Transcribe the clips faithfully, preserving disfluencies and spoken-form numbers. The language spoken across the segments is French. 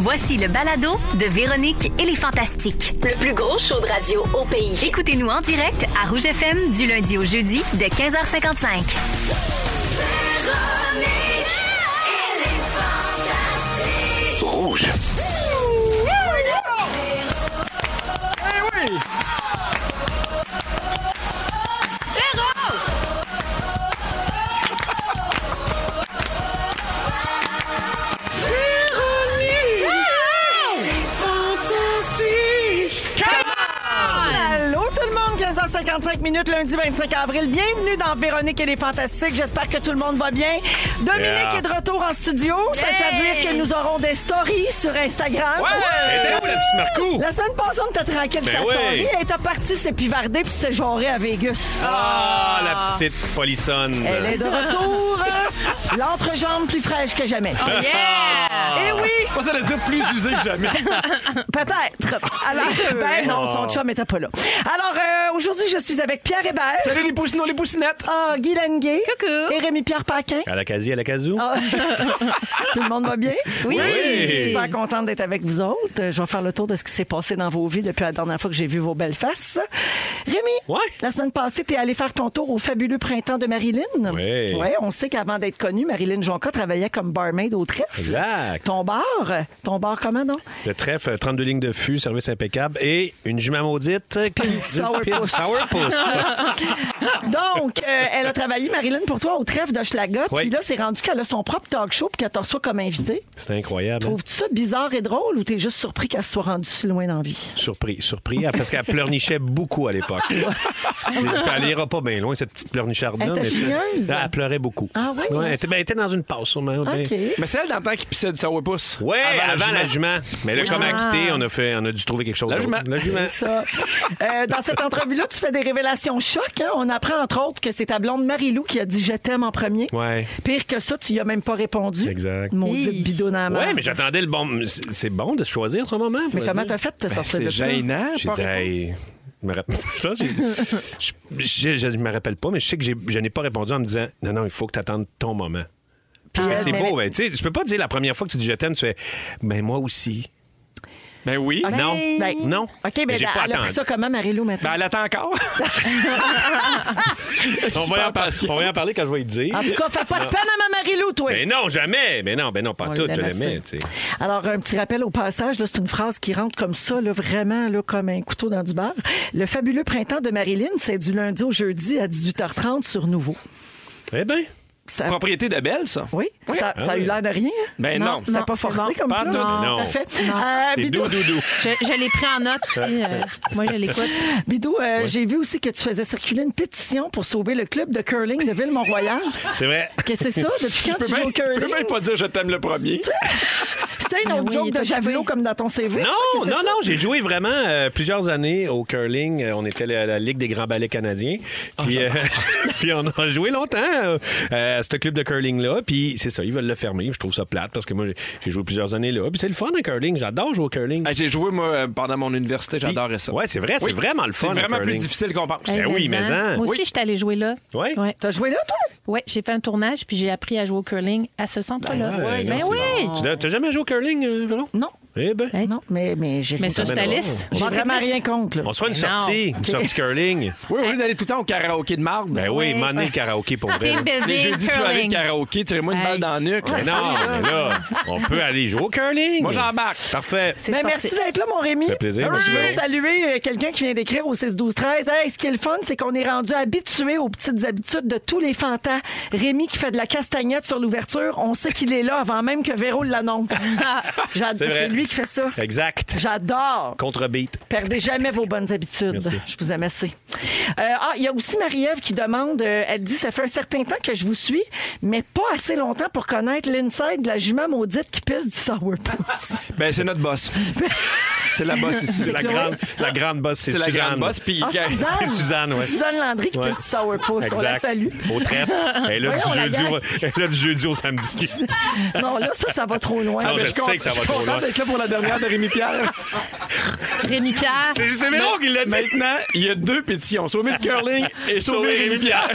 Voici le balado de Véronique et les Fantastiques. Le plus gros show de radio au pays. Écoutez-nous en direct à Rouge F M du lundi au jeudi dès quinze heures cinquante-cinq. Véronique et les Fantastiques. Rouge. cinquante-cinq minutes, lundi vingt-cinq avril. Bienvenue dans Véronique et les Fantastiques. J'espère que tout le monde va bien. Dominique yeah. est de retour en studio, yeah. c'est-à-dire que nous aurons des stories sur Instagram. Ouais! ouais. Et où, la petite Marco? La semaine passée, on était tranquille de sa oui. story. Elle était partie s'épivarder puis s'est genrée à Vegas. Ah, oh, la petite polissonne. Elle est de retour. L'entrejambe plus fraîche que jamais. Oh yeah! Et oui! Moi, ça veut dire plus usé que jamais. Peut-être. Alors, ben non, son chum n'était pas là. Alors, euh, aujourd'hui, je suis avec Pierre Hébert. Salut les poussinots, les poussinettes. Ah, Guy Lenguet. Coucou. Et Rémi-Pierre Paquin. À la casi, à la casou. Ah. Tout le monde va bien? Oui. oui. Super contente d'être avec vous autres. Je vais faire le tour de ce qui s'est passé dans vos vies depuis la dernière fois que j'ai vu vos belles faces. Rémi, ouais. la semaine passée, tu es allé faire ton tour au fabuleux printemps de Marilyn. Oui. Ouais, on sait qu'avant d'être connue, Marilyn Jonca travaillait comme barmaid au Trèfle. Exact. Ton bar, ton bar comment, non? Le Trèfle, trente-deux lignes de fût, service impeccable et une jument maudite. Sourpuss. Sourpuss. Donc, euh, elle a travaillé, Marilyn, pour toi au Trèfle d'Hochelaga. Oui. Puis là, c'est rendu qu'elle a son propre talk show puis qu'elle te reçoit comme invité. C'est incroyable. Hein? Trouves-tu ça bizarre et drôle ou t'es juste surpris qu'elle se soit rendue si loin dans la vie? Surpris, surpris. Parce qu'elle pleurnichait beaucoup à l'époque. Elle n'ira pas bien loin, cette petite pleurnicharde-là. Elle était chieuse. Elle pleurait beaucoup. Ah oui? Ouais, elle, était, ben, elle était dans une passe, sûrement. OK. Ben... Mais c'est elle dans le temps qui pissait du sourpuss. Oui, avant, avant la jument. Mais là, Oui. comme elle a Ah. quitté, on a, fait, on a dû trouver quelque chose La d'autre. jument. La jument. C'est ça. Euh, dans cette entrevue-là, tu fais des révélations chocs. Hein? On apprend, entre autres, que c'est ta blonde Marie-Lou qui a dit « je t'aime » en premier. Ouais. Pire que ça, tu y as même pas répondu. Exact. Maudite Hi. bidon dans la main. Oui, mais j'attendais le bon. C'est c'est bon de choisir son moment. Mais pour comment le t'as dire. fait de te sortir C'est de ça? gênant. J'ai pas dit, hey, je me rappelle, je, pense que j'ai- je, je, je me rappelle pas, mais je sais que j'ai- je n'ai pas répondu en me disant non, non, il faut que tu attendes ton moment. Parce que Euh, c'est mais- beau, ben, tu sais, tu peux pas dire la première fois que tu dis je t'aime, tu fais ben moi aussi. Ben oui. OK. Non. Ben, Non. OK, Mais mais j'ai elle, pas elle a pris attendu. ça comment, Marie-Lou, maintenant? Ben, elle attend encore. On va, y en par- on va y en parler quand je vais y dire. En tout cas, fais pas de peine à ma Marie-Lou, toi! Mais non, jamais. Mais non, ben non, pas On tout. Je l'aime l'aimais, assez. tu sais. Alors, un petit rappel au passage, là, c'est une phrase qui rentre comme ça, là, vraiment là, comme un couteau dans du beurre. Le fabuleux printemps de Marilyn, c'est du lundi au jeudi à dix-huit heures trente sur Nouveau. Eh bien. Ça- Propriété de Belle, ça. Oui, ça, ça a eu oui. l'air de rien. Ben non. C'était Non, pas c'est forcé bon. comme Pas plan. tout, non. Parfait. Non. Euh, C'est Bidou, doux, doux, doux. Je, je l'ai pris en note aussi. euh, moi, je l'écoute. Bidou, euh, j'ai vu aussi que tu faisais circuler une pétition pour sauver le club de curling de Ville-Mont-Royal. C'est vrai. Qu'est-ce que c'est ça? Depuis quand Je tu peux joues au même, je peux curling? même pas dire je t'aime le premier. C'est une Ah autre oui, joke il est de occupé. javelot comme dans ton C V? ça? Non, Qu'est-ce que non, c'est non, j'ai joué vraiment euh, plusieurs années au curling. Euh, On était la, la Ligue des grands ballets canadiens. Puis, euh, puis on a joué longtemps euh, à ce club de curling-là. Puis c'est ça, ils veulent le fermer. Je trouve ça plate parce que moi, j'ai- j'ai joué plusieurs années là. Puis c'est le fun, le curling. J'adore jouer au curling. Ah, j'ai joué, moi, euh, pendant mon université. Puis- J'adorais ça. Ouais, c'est vrai, c'est Oui. vraiment le fun. C'est le vraiment plus curling. difficile qu'on pense. Ben oui, mais en. Moi aussi, Oui. je suis allée jouer là. Oui? Ouais. T'as joué là, toi? Oui, j'ai fait un tournage puis j'ai appris à jouer au curling à ce centre-là. Ben ouais, Ben non, oui. c'est- Tu n'as- T'as jamais joué au curling, euh, Vélo? Non. Eh ben. Hey. Non, mais, mais j'ai Mais rien ça, c'est mais ta non. liste. J'ai vraiment rien contre. Là. On se fera une Ben non. sortie, une sortie curling. Oui, au lieu d'aller tout le temps au karaoké de marde. Ben oui, Ouais. m'en est le karaoké pour vrai. Team Les building, jeudis soirées de curling. karaoké, tirez-moi une Hey. balle dans le nuque. Mais non, mais là, on peut aller jouer au curling. Moi, j'embarque. Parfait. C'est Ben, sportif. merci d'être là, mon Rémi. Ça fait plaisir, Je merci, veux Véro. saluer euh, quelqu'un qui vient d'écrire au six douze treize. Hey, ce qui est le fun, c'est qu'on est rendu habitué aux petites habitudes de tous les fantas. Rémi qui fait de la castagnette sur l'ouverture, on sait qu'il est là avant même que Véro l'annonce. J'ad- C'est vrai. C'est lui qui fait ça. Exact. J'adore. Contre-beat. Perdez jamais vos bonnes habitudes. Merci. Je vous aime assez. Euh, ah, il y a aussi Marie-Ève qui demande, euh, elle dit, ça fait un certain temps que je vous suis, mais pas assez longtemps pour connaître l'inside de la jument maudite qui pisse du sourpuss. Ben, c'est notre boss. C'est la boss ici. C'est La Chloé? grande, la grande boss, c'est C'est la Suzanne. grande boss. Puis, Ah, quand- C'est Suzanne, ouais. C'est Suzanne Landry qui Ouais. pisse du sourpuss. On la Exact. salue. Au trèfle. Elle est là, Voyons, du la jeudi gang. au, elle est là du jeudi au samedi. Non, là, ça, ça va trop loin. Non, mais je suis sais content- que ça va je suis trop content loin. d'être là pour la dernière de Rémi Pierre. Rémi Pierre. C'est c'est Véro qui l'a dit. Maintenant, il y a deux pétitions. Sauver le curling et sauver Rémi Pierre.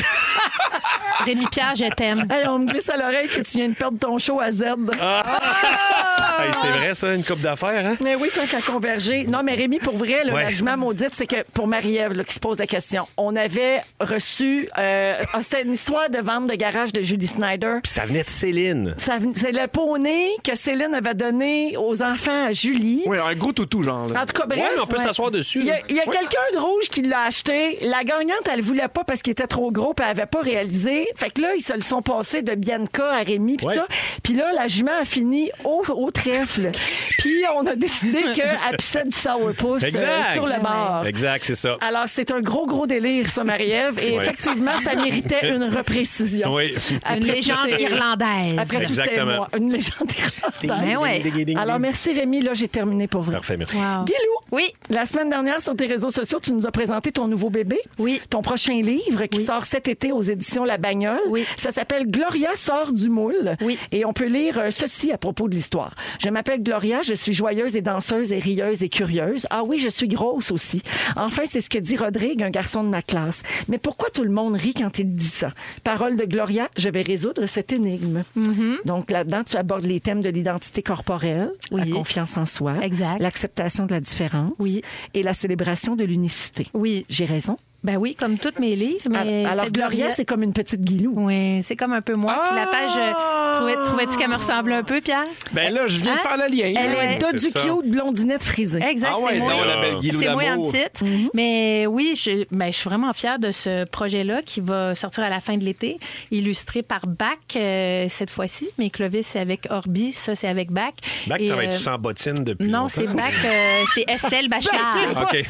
Rémi Pierre, je t'aime. Hey, on me glisse à l'oreille que tu viens de perdre ton show à Z. Ah. Hey, c'est vrai, ça, une coupe d'affaires, hein? Mais oui, quand à converger. Non, mais Rémi, pour vrai, là, Ouais. la jument maudite, c'est que pour Marie-Ève là, qui se pose la question, on avait reçu. Euh, ah, c'était une histoire de vente de garage de Julie Snyder. Puis ça venait de Céline. Ça, c'est le poney que Céline avait donné aux enfants à Julie. Oui, un gros toutou, genre. là. En tout cas, bref. Ouais, mais on peut s'asseoir dessus, Il y a, là. il y a quelqu'un de rouge qui l'a acheté. La gagnante, elle le voulait pas parce qu'il était trop gros et elle avait pas réalisé. Fait que là, ils se le sont passés de Bianca à Rémi puis Ouais. ça. Puis là, la jument a fini au, au trèfle. Puis on a décidé qu'elle pissait du sourpuss euh, Exact. sur le bord. Exact, c'est ça. Alors, c'est un gros, gros délire, ça, Marie-Ève. Et Ouais. effectivement, ça méritait une reprécision. Oui. Après Une tous légende ces- irlandaise. Après tous ces Exactement. mois. Une légende irlandaise. Ben ouais. Ding, ding, ding, Alors, ding. merci, Rémi. Là, j'ai terminé pour vrai. Parfait, merci. Wow. Guilou, Oui. la semaine dernière, sur tes réseaux sociaux, tu nous as présenté ton nouveau bébé. Oui. Ton prochain livre qui Oui. sort cet été aux éditions La Bagnole. Oui. Ça s'appelle Gloria sort du moule. Oui. Et on peut lire euh, ceci à propos de l'histoire. Je m'appelle Gloria, je suis joyeuse et danseuse et rieuse et curieuse. Ah oui, je suis grosse aussi. Enfin, c'est ce que dit Rodrigue, un garçon de ma classe. Mais pourquoi tout le monde rit quand il dit ça? Parole de Gloria, je vais résoudre cette énigme. Donc là-dedans, tu abordes les thèmes de l'identité corporelle, Oui. la confiance en soi, Exact. l'acceptation de la différence Oui. et la célébration de l'unicité. Oui. J'ai raison? Ben oui, comme tous mes livres. Mais Alors, cette Gloria, c'est comme une petite Guilou. Oui, c'est comme un peu moi. Puis la page, euh, trouvais- trouvais-tu qu'elle me ressemblait un peu, Pierre? Ben là, je viens de Hein? faire le lien. Elle Ouais. est dos C'est du ça. cute blondinette frisée. Exact, Ah ouais, c'est moi. donc la belle Guilou C'est moi en d'amour. petite. Mais oui, je, ben, je suis vraiment fière de ce projet-là qui va sortir à la fin de l'été, illustré par Bach euh, cette fois-ci. Mais Clovis, c'est avec Orbi, ça, c'est avec Bach. Bac, Et, travailles-tu euh, sans bottines depuis Non, longtemps? c'est Bach, euh, c'est Estelle Bachard. OK.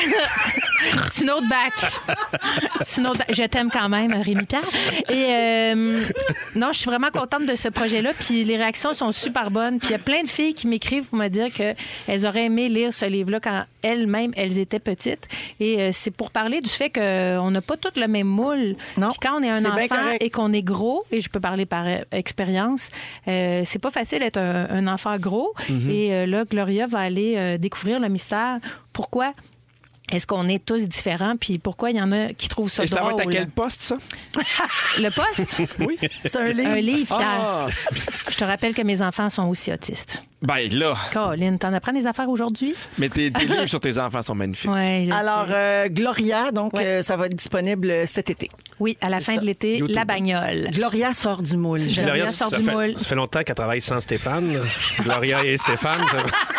C'est une autre Bach. C'est une autre Bach. Je t'aime quand même, Rémi Pierre. Et euh, non, je suis vraiment contente de ce projet-là. Puis les réactions sont super bonnes. Puis il y a plein de filles qui m'écrivent pour me dire qu'elles auraient aimé lire ce livre-là quand elles-mêmes, elles étaient petites. Et euh, c'est pour parler du fait qu'on n'a pas toutes le même moule. Non, Puis quand on est un c'est bien enfant correct. et qu'on est gros, et je peux parler par euh, expérience, euh, c'est pas facile d'être un, un enfant gros. Et euh, là, Gloria va aller euh, découvrir le mystère. Pourquoi? Est-ce qu'on est tous différents? Puis pourquoi il y en a qui trouvent ça Et ça va drôle? être à quel poste, ça? Le poste? Oui. C'est un livre. Un livre, Pierre. Ah! Je te rappelle que mes enfants sont aussi autistes. Ben là, Colin, t'en apprends des affaires aujourd'hui? mais tes, tes livres sur tes enfants sont magnifiques. Oui, Alors, euh, Gloria, donc, Ouais. euh, ça va être disponible cet été. Oui, à la fin ça. de l'été, YouTube. La Bagnole. Gloria sort du moule. Gloria Gloria, sort ça du fait, moule. ça fait longtemps qu'elle travaille sans Stéphane. Gloria et Stéphane. ça-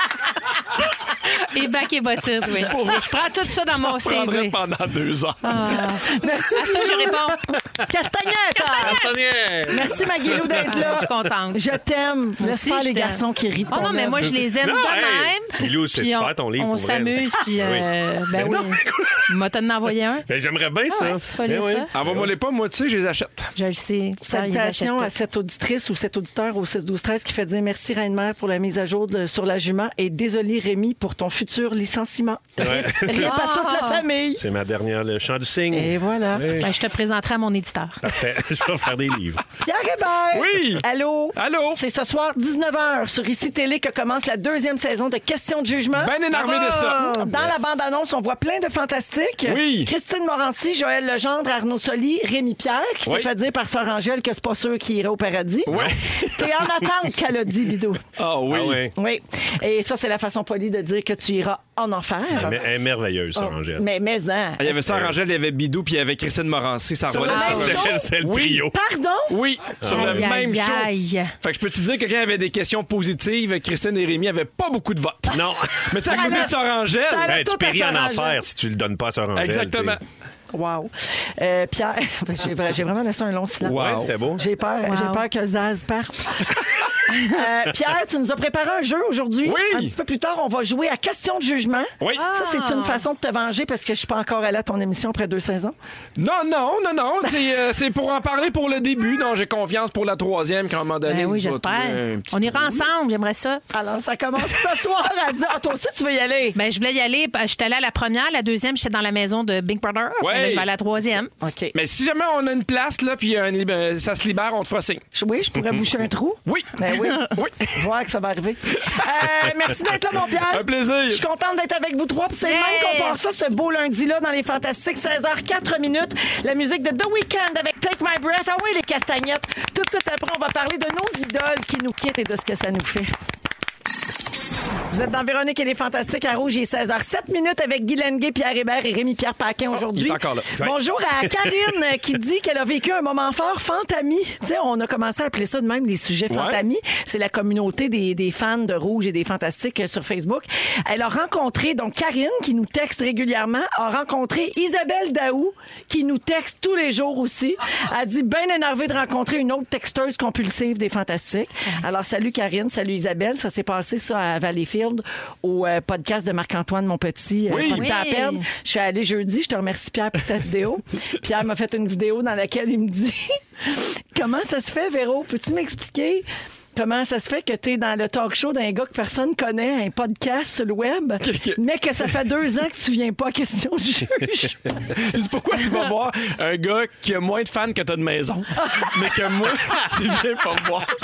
Et bac et bottines, oui. Je prends tout ça dans mon Je prendrais C V. pendant deux ans. Merci. À ça, je réponds. Castagnette! Merci, Maguilou, d'être Je là. suis contente. Je t'aime. Moi Laisse aussi, faire je les t'aime. garçons qui rient de Oh ton non, mais œuvre. moi, je les aime Non, de hey, même. Guilou, c'est Puis super on- ton livre, On pour vrai. s'amuse, puis euh, ben oui. M'a t'en envoyé un. Ben, j'aimerais bien ça. Ah ouais, tu vas lire Ben oui. ça? Envoie-moi les pas, moi, tu sais, je les achète. Je le sais. Ça, ils Salutations à achètent cette auditrice ou cet auditeur au six douze treize qui fait dire merci Reine-Mère pour la mise à jour de- sur la jument et désolé Rémi pour ton futur licenciement. Ouais. Rip à toute la famille. C'est ma dernière, le chant du cygne. Et voilà. Oui. Ben, je te présenterai à mon éditeur. Parfait. Je vais faire des livres. Pierre Hébert. Oui. Allô. Allô? C'est ce soir, dix-neuf heures, sur Ici Télé que commence la deuxième saison de Questions de jugement. Ben énervé de ça. Dans la bande-annonce, on voit plein de fantastiques. Oui. Christine Morancy, Joël Legendre, Arnaud Soli, Rémi Pierre, qui Oui. s'est fait dire par Sœur Angèle que c'est pas sûr qu'il irait au paradis. Ouais. T'es en attente qu'elle a dit, Bidou. Ah oui. Ah ouais. Oui. Et ça, c'est la façon polie de dire que tu iras en enfer. Mais elle est merveilleuse, ça, Angèle. Mais, mais, hein. Ah, il y avait ça, Angèle, il y avait Bidou, puis il y avait Christine Morancy. Ça Ça, revenait la sur même le- chose? C'est c'est le Oui. trio. Pardon? Oui, sur le Aïe, même aïe, show. aïe. Fait que je peux-tu dire que quand il y avait des questions positives, Christine et Rémi avaient pas beaucoup de votes. Non. Mais tu sais, à côté de Sœur Angèle, Ça allait Hey, tu tout péris à en Sœur enfer Angèle. si tu le donnes pas à Sœur Angèle. exactement. tu sais. Wow. Euh, Pierre, j'ai vra- j'ai vraiment laissé un long silence. Wow. Ouais, c'était beau. J'ai peur, Wow. j'ai peur que Zaz parte. Euh, Pierre, tu nous as préparé un jeu aujourd'hui. Oui. Un petit peu plus tard, on va jouer à question de jugement. Oui. Ça, c'est une façon de te venger parce que je suis pas encore allée à ton émission après deux saisons. Non, non, non, non. C'est, euh, c'est pour en parler pour le début. Non, j'ai confiance pour la troisième quand à un moment donné. Ben oui, vous allez trouver j'espère. un petit On ira peu. ensemble, j'aimerais ça. Alors, ça commence ce soir à dire. Ah, toi aussi, tu veux y aller? Ben, je voulais y aller. J'étais allée à la première. La deuxième, j'étais dans la maison de Big Brother. Ouais. Ben là, je vais à la troisième. OK. Mais si jamais on a une place, là, puis un lib- euh, ça se libère, on te fera signe. Je- Oui, je pourrais boucher un trou. Oui. Ben oui. Oui. Voir que ça va arriver. Euh, merci d'être là, mon Pierre. Un plaisir. Je suis contente d'être avec vous trois. Puis c'est Yeah. même qu'on part ça ce beau lundi-là dans les Fantastiques, seize heures quatre minutes. La musique de The Weeknd avec Take My Breath. Ah oui, les castagnettes. Tout de suite après, on va parler de nos idoles qui nous quittent et de ce que ça nous fait. Vous êtes dans Véronique et les Fantastiques à Rouge, il est seize heures sept minutes avec Guy Lenguet, Pierre Hébert et Rémi-Pierre Paquin aujourd'hui. il est encore là. Ouais. Bonjour à Karine qui dit qu'elle a vécu un moment fort, Fantami. Tu sais, on a commencé à appeler ça de même les sujets Ouais. Fantami. C'est la communauté des, des fans de Rouge et des Fantastiques sur Facebook. Elle a rencontré, donc Karine, qui nous texte régulièrement, a rencontré Isabelle Daou, qui nous texte tous les jours aussi. Elle dit bien énervée de rencontrer une autre texteuse compulsive des Fantastiques. Alors, salut Karine, salut Isabelle. Ça s'est passé ça à Valleyfield au euh, podcast de Marc-Antoine Monpetit. Oui. Pas de temps à Oui. perdre. Je suis allée jeudi. Je te remercie, Pierre, pour ta vidéo. Pierre m'a fait une vidéo dans laquelle il me dit comment ça se fait, Véro? Peux-tu m'expliquer? Comment ça se fait que tu es dans le talk show d'un gars que personne connaît, un podcast sur le web, mais que ça fait deux ans que tu viens pas à question de juge? Je dis, pourquoi tu vas voir un gars qui a moins de fans que t'as de maison, mais que moi, tu viens pas me voir?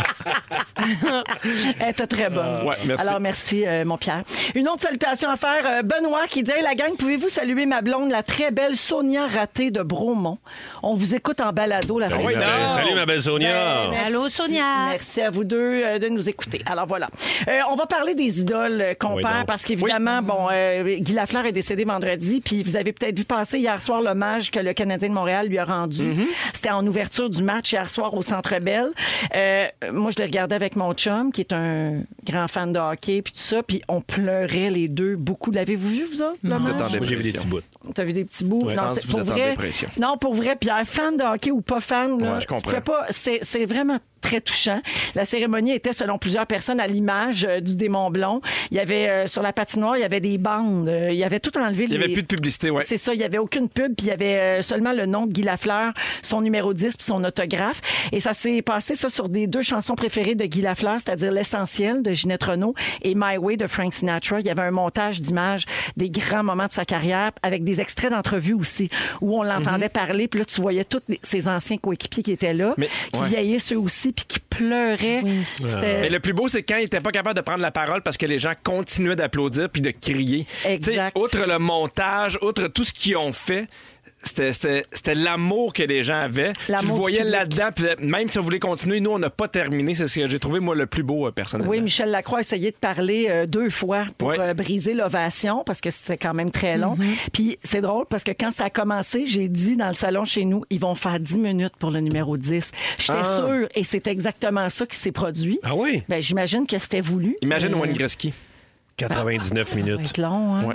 Elle était très bonne. Ouais, merci. Alors, merci, euh, mon Pierre. Une autre salutation à faire. euh, Benoît qui dit hey, la gang, pouvez-vous saluer ma blonde, la très belle Sonia Raté de Bromont? On vous écoute en balado la fin oui, de non. semaine. Salut, ma belle Sonia. Ben, merci. Allô, Sonia. Merci à vous deux euh, de nous écouter. Alors voilà. Euh, on va parler des idoles euh, qu'on Oui, perd donc. parce qu'évidemment, bon, euh, Guy Lafleur est décédé vendredi, puis vous avez peut-être vu passer hier soir l'hommage que le Canadien de Montréal lui a rendu. C'était en ouverture du match hier soir au Centre Bell. Euh, moi, je l'ai regardé avec mon chum, qui est un grand fan de hockey, puis tout ça, puis on pleurait les deux beaucoup. L'avez-vous vu, vous autres? Vous l'hommage? êtes en Moi, j'ai vu des petits bouts. T'as vu des petits bouts? Ouais, non, je pense c'est que vous pour êtes en vrai. dépression. Non, pour vrai, Pierre, fan de hockey ou pas fan, là, Ouais, je comprends. tu fais pas. C'est, c'est vraiment très touchant. La cérémonie était, selon plusieurs personnes, à l'image euh, du démon blond. Il y avait, euh, sur la patinoire, il y avait des bandes. Euh, il y avait tout enlevé. Il n'y avait plus de publicité, ouais. C'est ça, il n'y avait aucune pub, puis il y avait euh, seulement le nom de Guy Lafleur, son numéro dix, puis son autographe. Et ça s'est passé, ça, sur des deux chansons préférées de Guy Lafleur, c'est-à-dire L'Essentiel de Ginette Renault et My Way de Frank Sinatra. Il y avait un montage d'images des grands moments de sa carrière, avec des extraits d'entrevues aussi, où on l'entendait parler, puis là, tu voyais tous les- ses anciens coéquipiers qui étaient là, Mais- qui ouais. vieillissaient eux aussi, puis qui pleuraient. C'était- Mais le plus beau, c'est quand il était pas capable de prendre la parole parce que les gens continuaient d'applaudir puis de crier. Exact. T'sais, outre le montage, outre tout ce qu'ils ont fait, c'était, c'était, c'était l'amour que les gens avaient. Tu le L'amour du voyais public. là-dedans, puis même si on voulait continuer, nous, on n'a pas terminé. C'est ce que j'ai trouvé, moi, le plus beau, euh, personnellement. Oui, Michel Lacroix a essayé de parler euh, deux fois pour Ouais. euh, briser l'ovation parce que c'était quand même très long. Puis c'est drôle parce que quand ça a commencé, j'ai dit dans le salon chez nous, ils vont faire dix minutes pour le numéro dix. J'étais Ah. sûre et c'est exactement ça qui s'est produit. Ah oui? Ben, j'imagine que c'était voulu. Imagine Euh, Wayne Gretzky. quatre-vingt-dix-neuf Ça va minutes. être long, hein? Ouais.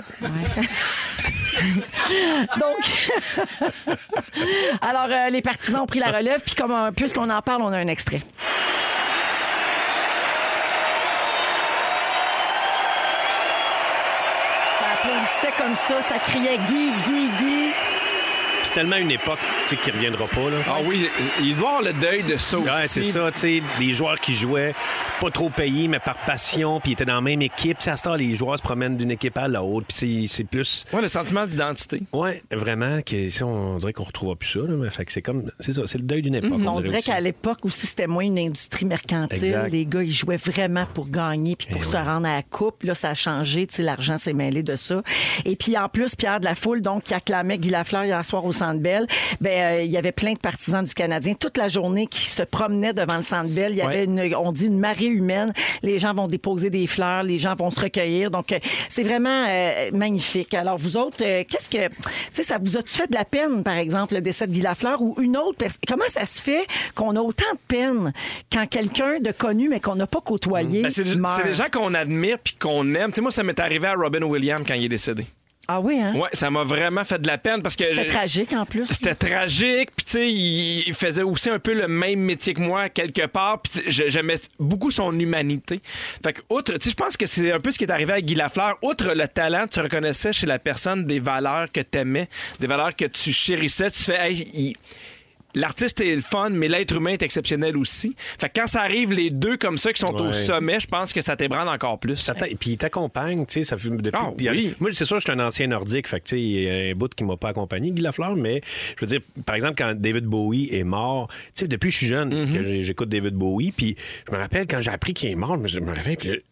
Donc, alors, euh, les partisans ont pris la relève, puis comme euh, puisqu'on en parle, on a un extrait. Ça applaudissait comme ça, ça criait Guy, Guy, Guy. C'est tellement une époque tu sais, qui reviendra pas. Là. Ah oui, il doit avoir le deuil de ça aussi. Ouais, c'est ça, tu sais, des joueurs qui jouaient pas trop payés, mais par passion, puis ils étaient dans la même équipe. Tu sais, à ce temps, les joueurs se promènent d'une équipe à l'autre, puis c'est, c'est plus... Ouais, le sentiment d'identité. Ouais, vraiment, que, ça, on dirait qu'on retrouvera plus ça, là, mais fait que c'est comme, c'est ça, c'est le deuil d'une époque. On dirait dirait aussi. qu'à l'époque aussi, c'était moins une industrie mercantile. Exact. Les gars, ils jouaient vraiment pour gagner puis pour Eh se ouais. rendre à la coupe. Là, ça a changé. Tu sais, l'argent s'est mêlé de ça. Et puis, en plus, Pierre de la Foule, donc, qui acclamait Guy Lafleur hier soir au Centre Bell, ben, euh, il y avait plein de partisans du Canadien toute la journée qui se promenaient devant le Centre Bell. Il y avait, Ouais. une, on dit, une marée humaine. Les gens vont déposer des fleurs, les gens vont se recueillir. Donc, euh, c'est vraiment euh, magnifique. Alors, vous autres, euh, qu'est-ce que... Tu sais, ça vous a-tu fait de la peine, par exemple, le décès de Guy Lafleur ou une autre personne? Comment ça se fait qu'on a autant de peine quand quelqu'un de connu, mais qu'on n'a pas côtoyé, Ben, c'est, meurt? c'est des gens qu'on admire puis qu'on aime. Tu sais, moi, ça m'est arrivé à Robin Williams quand il est décédé. Ah oui, hein? Ouais, ça m'a vraiment fait de la peine parce que... C'était je- tragique, en plus. C'était tragique, puis tu sais, il faisait aussi un peu le même métier que moi quelque part, puis j'aimais beaucoup son humanité. Fait que outre, tu sais, je pense que c'est un peu ce qui est arrivé à Guy Lafleur. Outre le talent, tu reconnaissais chez la personne des valeurs que t'aimais, des valeurs que tu chérissais. Tu fais, hey, il- l'artiste est le fun, mais l'être humain est exceptionnel aussi. Fait que quand ça arrive les deux comme ça qui sont au Ouais. sommet, je pense que ça t'ébranle encore plus. Ça t'a- Puis il t'accompagne, tu sais, ça fait depuis. Ah, il y a- oui. Moi, c'est sûr, je suis un ancien nordique, fait que tu sais, il y a un bout qui m'a pas accompagné, Guy Lafleur, mais je veux dire, par exemple, quand David Bowie est mort, tu sais, depuis que je suis jeune, Mm-hmm. que j'ai- j'écoute David Bowie, puis je me rappelle quand j'ai appris qu'il est mort, je me réveille, puis là,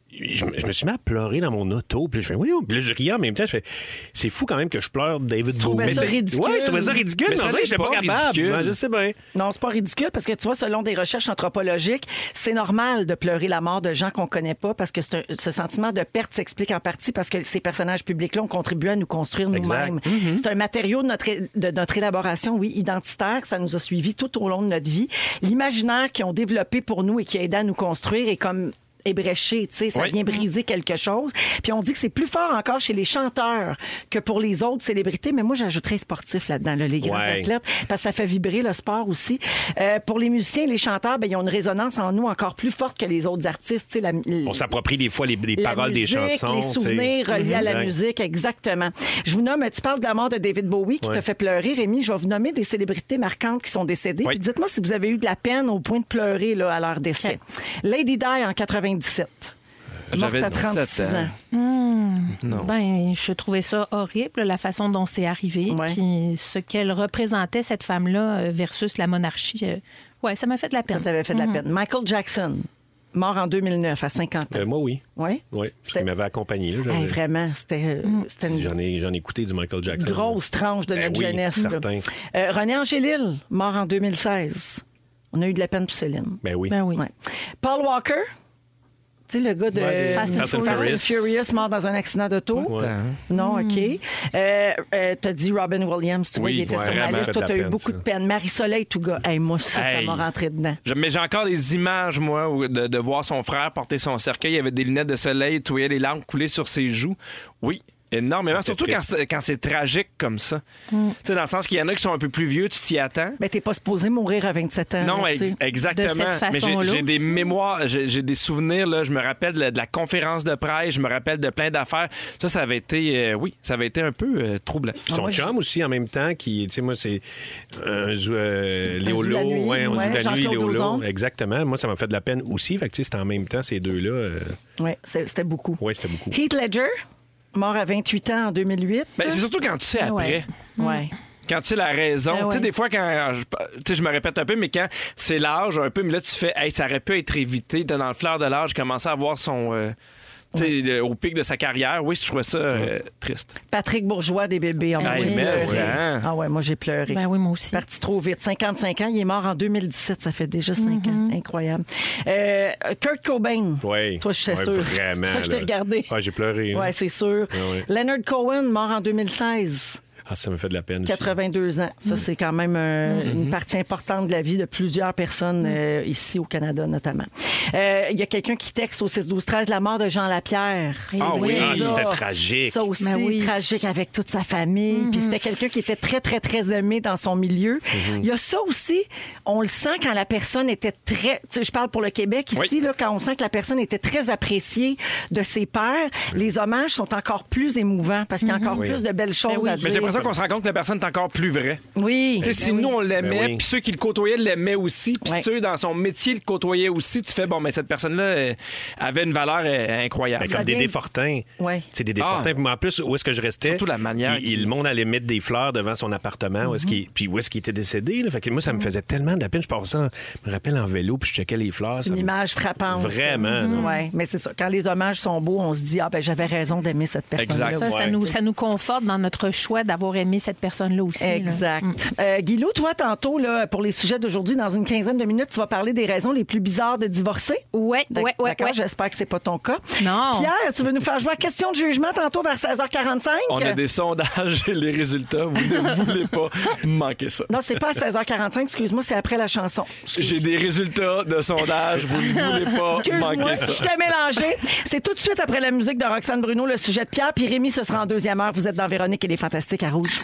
Je me, je me suis mis à pleurer dans mon auto. Puis je fais, oui, puis là, je riais en même temps. Je fais, c'est fou quand même que je pleure David Bowie. trouvais ça ridicule. Ouais, je trouvais ça ridicule. Mais Mais ça on dirait que j'étais n'est pas pas capable. ridicule. Ouais, je sais bien. Non, c'est pas ridicule parce que tu vois, selon des recherches anthropologiques, c'est normal de pleurer la mort de gens qu'on connaît pas parce que c'est un- ce sentiment de perte s'explique en partie parce que ces personnages publics-là ont contribué à nous construire Exact. nous-mêmes. C'est un matériau de notre, é- de notre élaboration, oui, identitaire. Ça nous a suivis tout au long de notre vie. L'imaginaire qu'ils ont développé pour nous et qui a aidé à nous construire est comme ébréché, tu sais, ça Oui. vient briser quelque chose. Puis on dit que c'est plus fort encore chez les chanteurs que pour les autres célébrités, mais moi j'ajouterais sportifs là-dedans, là, les grands Ouais. athlètes, parce que ça fait vibrer le sport aussi. Euh, pour les musiciens et les chanteurs, ben, ils ont une résonance en nous encore plus forte que les autres artistes. Tu sais, la, On s'approprie des fois les, les la paroles musique, des chansons. les tu sais. souvenirs reliés à la Exact. musique, exactement. Je vous nomme, tu parles de la mort de David Bowie qui Ouais. te fait pleurer, Rémi. Je vais vous nommer des célébrités marquantes qui sont décédées. Oui. Puis dites-moi si vous avez eu de la peine au point de pleurer là, à leur décès. Lady Di en quatre-vingt-dix-sept. Morte J'avais à trente-six dix-sept ans. ans. Non. Ben, je trouvais ça horrible, la façon dont c'est arrivé. Ouais. Puis ce qu'elle représentait, cette femme-là, euh, versus la monarchie. euh, ouais, ça m'a fait de la Ça peine. t'avait fait de la peine. Michael Jackson, mort en deux mille neuf à cinquante ans. Euh, moi, oui. Oui? Oui. C'était- Il m'avait accompagné. Là, j'avais- Hey, vraiment, c'était euh, c'était une J'en ai, j'en ai écouté du Michael Jackson. grosse tranche de Ben notre oui, jeunesse. là. certain. Euh, René Angélil, mort en deux mille seize. On a eu de la peine pour Céline. Ben oui. Ben oui. Ouais. Paul Walker, tu sais, le gars de Ouais, des Fast and Fast and Furious. Furious. mort dans un accident d'auto. Ouais. Non, OK. Euh, euh, t'as dit Robin Williams, tu vois, Oui, il était ouais, sur ma vraiment liste. fait Toi, de t'as la eu peine, beaucoup ça. de peine. Marie-Soleil, tout gars. Hey, moi, ça, ça Hey. m'a rentré dedans. Je- Mais j'ai encore des images, moi, où- de, de voir son frère porter son cercueil. Il avait des lunettes de soleil, tu voyais les larmes couler sur ses joues. Oui, énormément. C'était Surtout quand, triste. c'est- quand c'est tragique comme ça. Tu sais, dans le sens qu'il y en a qui sont un peu plus vieux, tu t'y attends. Ben, t'es pas supposé mourir à vingt-sept ans. Non, là, ex- tu sais. exactement. De cette Mais j'ai- façon-là j'ai des aussi. mémoires, j'ai j'ai des souvenirs. Là, je me rappelle de la, de la conférence de presse, je me rappelle de plein d'affaires. Ça, ça avait été, euh, oui, ça avait été un peu euh, troublant. Puis son moi, je- chum aussi en même temps, qui, tu sais, moi, c'est un zou- euh, Un zou Léolo. la nuit, Ouais, on ouais, joue la nuit, Jean-Claude Léolo. Ozon. Exactement. Moi, ça m'a fait de la peine aussi. Fait que, tu sais, c'était en même temps, ces deux-là. Euh... Ouais, c'est- c'était beaucoup. Oui, c'était beaucoup. Heath Ledger, mort à vingt-huit ans en deux mille huit. Ben, c'est surtout quand tu sais après. Ouais. Ouais. Quand tu sais la raison. Ah ouais. Tu sais, des fois, quand. Je, tu sais, je me répète un peu, mais quand c'est l'âge un peu, mais là, tu fais, hey, ça aurait pu être évité. T'es dans le fleur de l'âge, commencer à voir son. euh, tu sais, le- au pic de sa carrière. Oui, je trouvais ça euh, triste. Patrick Bourgeois des bébés. Ah, moi, Ah j'ai oui. pleuré. mais, hein. Ah ouais, moi j'ai pleuré. Ben oui, moi aussi. Parti trop vite. cinquante-cinq ans. Il est mort en deux mille dix-sept. Ça fait déjà cinq ans. Incroyable. Euh, Kurt Cobain. Oui. Toi, je suis Ouais, sûre. Vraiment. C'est ça que je t'ai là. regardé. Ah, j'ai pleuré. là. Oui, c'est sûr. ouais. Leonard Cohen, mort en deux mille seize. Ah, ça me fait de la peine. aussi. quatre-vingt-deux ans. Ça, c'est quand même euh, une partie importante de la vie de plusieurs personnes euh, ici au Canada, notamment. Euh, Il y a quelqu'un qui texte au six douze treize la mort de Jean Lapierre. Ah oui, Ah, ça. c'était tragique. Ça aussi, Ben oui. tragique avec toute sa famille. Puis c'était quelqu'un qui était très, très, très aimé dans son milieu. Il y a ça aussi, on le sent quand la personne était très... Tu sais, je parle pour le Québec ici, Oui. là, quand on sent que la personne était très appréciée de ses pairs, les hommages sont encore plus émouvants parce qu'il y a encore Oui. plus de belles choses oui. à Mais j'ai dire. l'impression qu'on se rend compte que la personne est encore plus vraie. Oui. Tu sais, si nous, on l'aimait, Ben oui. puis ceux qui le côtoyaient l'aimaient aussi, puis Ouais. ceux dans son métier le côtoyaient aussi, tu fais, bon, mais cette personne-là euh, avait une valeur euh, incroyable. Ben, Ça comme vient- Dédé Fortin. Ouais. C'est Dédé Ah. Fortin. Puis moi, en plus, où est-ce que je restais? Surtout la manière Il, qu'il- il- le monde allait mettre des fleurs devant son appartement. Où est-ce qu'il, puis où est-ce qu'il était décédé? Là? Fait que moi, ça me faisait tellement de la peine. Je passais, en- je me rappelle, en vélo, puis je checkais les fleurs. C'est ça une me- image frappante. Vraiment, là. Oui, mais c'est ça. Quand les hommages sont beaux, on se dit, ah ben j'avais raison d'aimer cette personne-là. Exact. Ça, ça, Ouais. nous, ça nous conforte dans notre choix d'avoir aimé cette personne-là aussi. là. Exact. Euh, Guilou, toi, tantôt, là, pour les sujets d'aujourd'hui, dans une quinzaine de minutes, tu vas parler des raisons les plus bizarres de divorcer. Ouais, D'ac- ouais, ouais, D'accord, ouais. j'espère que c'est pas ton cas. Non. Pierre, tu veux nous faire jouer à question de jugement tantôt vers seize heures quarante-cinq? On a des sondages et les résultats, vous ne voulez pas manquer ça. Non, c'est pas à seize heures quarante-cinq, excuse-moi, c'est après la chanson. J'ai des résultats de sondages, vous ne voulez pas Excuse-moi, manquer je ça. t'ai mélangé. C'est tout de suite après la musique de Roxane Bruno, le sujet de Pierre, puis Rémi, ce sera en deuxième heure. Vous êtes dans Véronique et les Fantastiques à Rouge.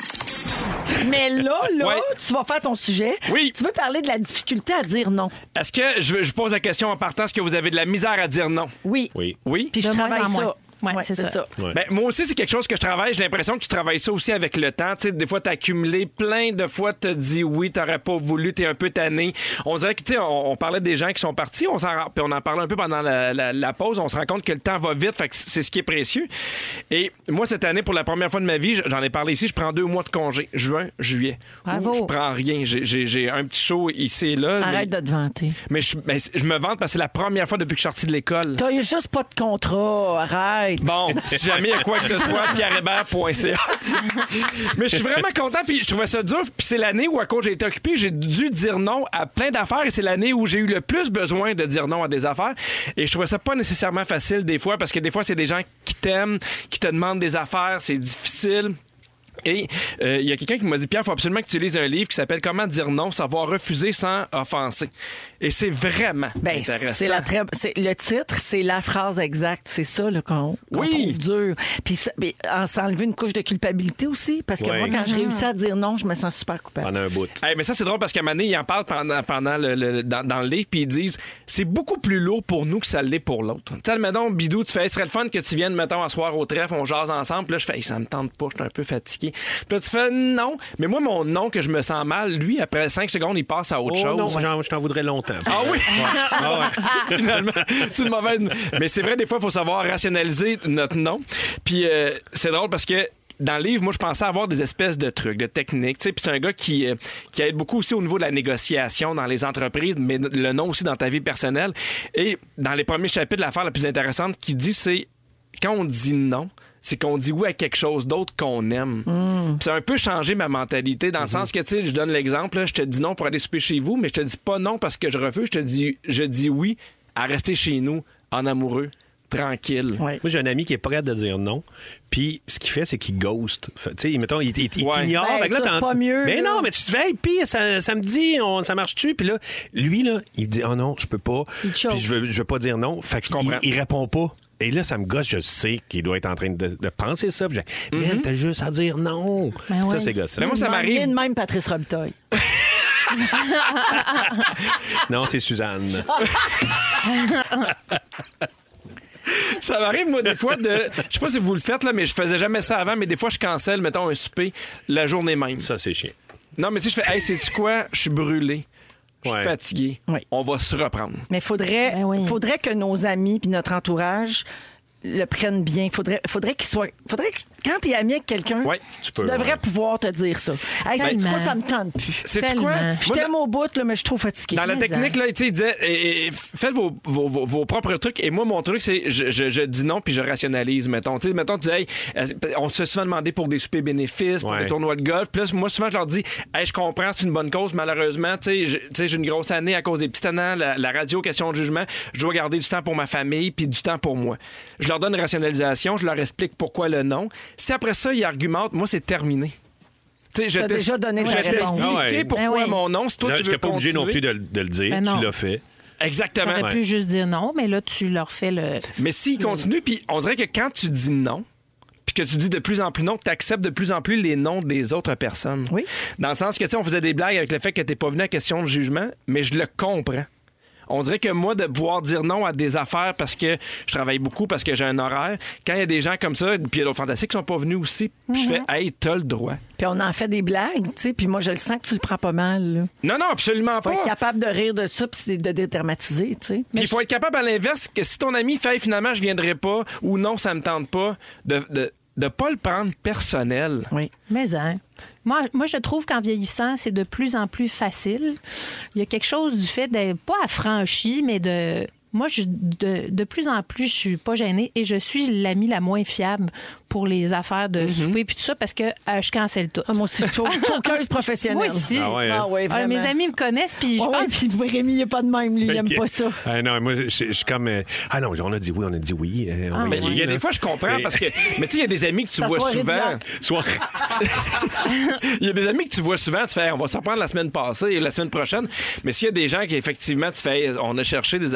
Mais là, là, Ouais. tu vas faire ton sujet. Oui. Tu veux parler de la difficulté à dire non. Est-ce que, je, je pose la question en partant, est-ce que vous avez de la misère à dire non? Oui. Oui. Oui? Puis je De moins travaille en moins. ça. Ouais, Ouais, c'est c'est ça. ça. Ouais. Ben, moi aussi, c'est quelque chose que je travaille. J'ai l'impression que tu travailles ça aussi avec le temps. Tu sais, des fois, t'as accumulé plein de fois, t'as dit oui, t'aurais pas voulu, t'es un peu tanné. On dirait que, tu sais, on, on parlait des gens qui sont partis, on, s'en, puis on en parlait un peu pendant la, la, la pause. On se rend compte que le temps va vite, fait que c'est ce qui est précieux. Et moi, cette année, pour la première fois de ma vie, j'en ai parlé ici, je prends deux mois de congé. Juin, juillet. Bravo. Où je prends rien. J'ai, j'ai, j'ai un petit show ici et là. Arrête mais, de te vanter. mais je, ben, je me vante parce que c'est la première fois depuis que je suis sorti de l'école. T'as juste pas de contrat. Arrête. Bon, si jamais il y a quoi que ce soit, pierre hébert point c a. Mais je suis vraiment content, puis je trouvais ça dur. Puis c'est l'année où, à cause j'ai été occupé, j'ai dû dire non à plein d'affaires. Et c'est l'année où j'ai eu le plus besoin de dire non à des affaires. Et je trouvais ça pas nécessairement facile des fois, parce que des fois, c'est des gens qui t'aiment, qui te demandent des affaires, c'est difficile. Et il euh, y a quelqu'un qui m'a dit, Pierre, il faut absolument que tu lises un livre qui s'appelle Comment dire non, savoir refuser sans offenser. Et c'est vraiment Ben, intéressant. c'est la très, c'est, le titre, c'est la phrase exacte. C'est ça là, qu'on, qu'on Oui. trouve dur. Puis ça- mais, en s'enlever une couche de culpabilité aussi. Parce que Ouais. moi, quand je réussis à dire non, je me sens super coupable. Pendant un bout. Hey, mais ça, c'est drôle parce qu'à un moment donné, ils en parlent pendant, pendant le, le- dans, dans le livre, puis ils disent c'est beaucoup plus lourd pour nous que ça l'est pour l'autre. Tu sais, mettons, Bidou, tu fais, ce serait le fun que tu viennes, mettons, asseoir au trèfle, on jase ensemble, puis là, je fais, hey, ça me tente pas, je suis un peu fatigué. Puis là, tu fais non. Mais moi, mon non, que je me sens mal, lui, après cinq secondes, il passe à autre Oh chose. non, genre, je t'en voudrais longtemps. Ah oui? Ah ouais. Finalement, c'est une mauvaise. Mais c'est vrai, des fois, il faut savoir rationaliser notre non. Puis euh, c'est drôle parce que dans le livre, moi, je pensais avoir des espèces de trucs, de techniques. Tu sais, puis c'est un gars qui, euh, qui aide beaucoup aussi au niveau de la négociation dans les entreprises, mais le non aussi dans ta vie personnelle. Et dans les premiers chapitres, l'affaire la plus intéressante qu'il dit, c'est quand on dit non, c'est qu'on dit oui à quelque chose d'autre qu'on aime. Puis ça a un peu changé ma mentalité dans le sens que, tu sais, je donne l'exemple, là, je te dis non pour aller souper chez vous, mais je te dis pas non parce que je refuse, je te dis, je dis oui à rester chez nous, en amoureux, tranquille. Ouais. Moi, j'ai un ami qui est prêt de dire non. Puis, ce qu'il fait, c'est qu'il ghost. Fait- Tu sais, mettons, il, il, il Ouais. t'ignore. Ben, Fait que là, ça, t'en- c'est pas mieux, Mais là. non, mais tu te fais, hey, puis ça, ça me dit, on- ça marche-tu? Puis là, lui, là, il me dit, oh non, je peux pas. Il choke. Puis je veux, je veux pas dire non. Fait qu'il comprends. il répond pas. Et là, ça me gosse, je sais qu'il doit être en train de, de penser ça. Puis je dis, man, t'as juste à dire non. Ben ça, ouais. c'est gosse. Mais moi, ça m'arrive. Il de même Patrice Robitaille. Non, c'est Suzanne. Ça m'arrive, moi, des fois, de. Je sais pas si vous le faites, là, mais je faisais jamais ça avant, mais des fois, je cancelle, mettons, un souper la journée même. Ça, c'est chiant. Non, mais tu sais, je fais, hey, sais-tu quoi? Je suis brûlé. Je suis Ouais. fatigué. Oui. On va se reprendre. Mais il faudrait, Ben oui. faudrait que nos amis puis notre entourage le prennent bien. Faudrait, faudrait qu'il soit. Faudrait que quand t'es ami avec quelqu'un, Ouais, tu tu peux, devrais ouais. pouvoir te dire ça. Hey, sais-tu Tellement. quoi, ça me tente plus. Sais-tu quoi? Tellement. Je Moi, t'aime au bout, là, mais je suis trop fatiguée. Dans la Mais technique, là, tu sais, il disait, eh, eh, faites vos, vos, vos, vos propres trucs. Et moi, mon truc, c'est, je, je, je dis non, puis je rationalise, mettons. Tu sais, mettons, tu dis, hey, euh, on se fait souvent demander pour des soupers bénéfices, pour Ouais. des tournois de golf. Puis là, moi, souvent, je leur dis, hey, je comprends, c'est une bonne cause. Malheureusement, tu sais, je- tu sais, j'ai une grosse année à cause des petits tannants, la, la radio, question de jugement. Je dois garder du temps pour ma famille, puis du temps pour moi. Je leur donne une rationalisation, je leur explique pourquoi le non. Si après ça, ils argumentent, moi, c'est terminé. Tu sais, je T'as t'ai- déjà donné je ta t'ai réponse. expliqué Ah ouais. pourquoi Ben oui. mon non. Si toi, Là, tu veux j'étais pas obligé non continuer- plus de, de le dire. Ben non. Tu l'as fait. Exactement. T'aurais pu juste dire non, mais là, tu leur fais le. Mais s'ils continuent, puis on dirait que quand tu dis non, puis que tu dis de plus en plus non, tu acceptes de plus en plus les noms des autres personnes. Oui. Dans le sens que, tu sais, on faisait des blagues avec le fait que t'es pas venu à question de jugement, mais je le comprends. On dirait que moi, de pouvoir dire non à des affaires parce que je travaille beaucoup, parce que j'ai un horaire, quand il y a des gens comme ça, puis il y a d'autres fantastiques qui sont pas venus aussi, puis je fais, hey, t'as le droit. Puis on en fait des blagues, tu sais, puis moi, je le sens que tu le prends pas mal. Là. Non, non, absolument Faut pas. être capable de rire de ça puis de dédramatiser, tu sais. Puis il faut être capable, à l'inverse, que si ton ami fait finalement, je viendrai pas, ou non, ça me tente pas, de de, de pas le prendre personnel. Oui. Mais hein. Moi, moi, je trouve qu'en vieillissant, c'est de plus en plus facile. Il y a quelque chose du fait d'être pas affranchi, mais de. Moi, je, de, de plus en plus, je suis pas gênée et je suis l'amie la moins fiable pour les affaires de souper puis tout ça parce que euh, je cancelle tout. Ah, moi aussi, cho- choqueuse professionnelle. Moi aussi. Ah ouais, hein? Ah ouais, Ah, vraiment. mes amis me connaissent puis je Ah ouais, pense. puis Rémi, il n'est pas de même, lui, il aime Ok. pas ça. Ah non, moi, je je suis comme. euh, ah non, on a dit oui, on a dit oui. euh, on va y Mais aller, il y a là. des fois, je comprends C'est- parce que. Mais tu sais, il y a des amis que tu Ta vois soirée souvent. d'hier. Soit. Il y a des amis que tu vois souvent, tu fais, on va s'en prendre la semaine passée et la semaine prochaine. Mais s'il y a des gens qui, effectivement, tu fais, on a cherché des affaires, puis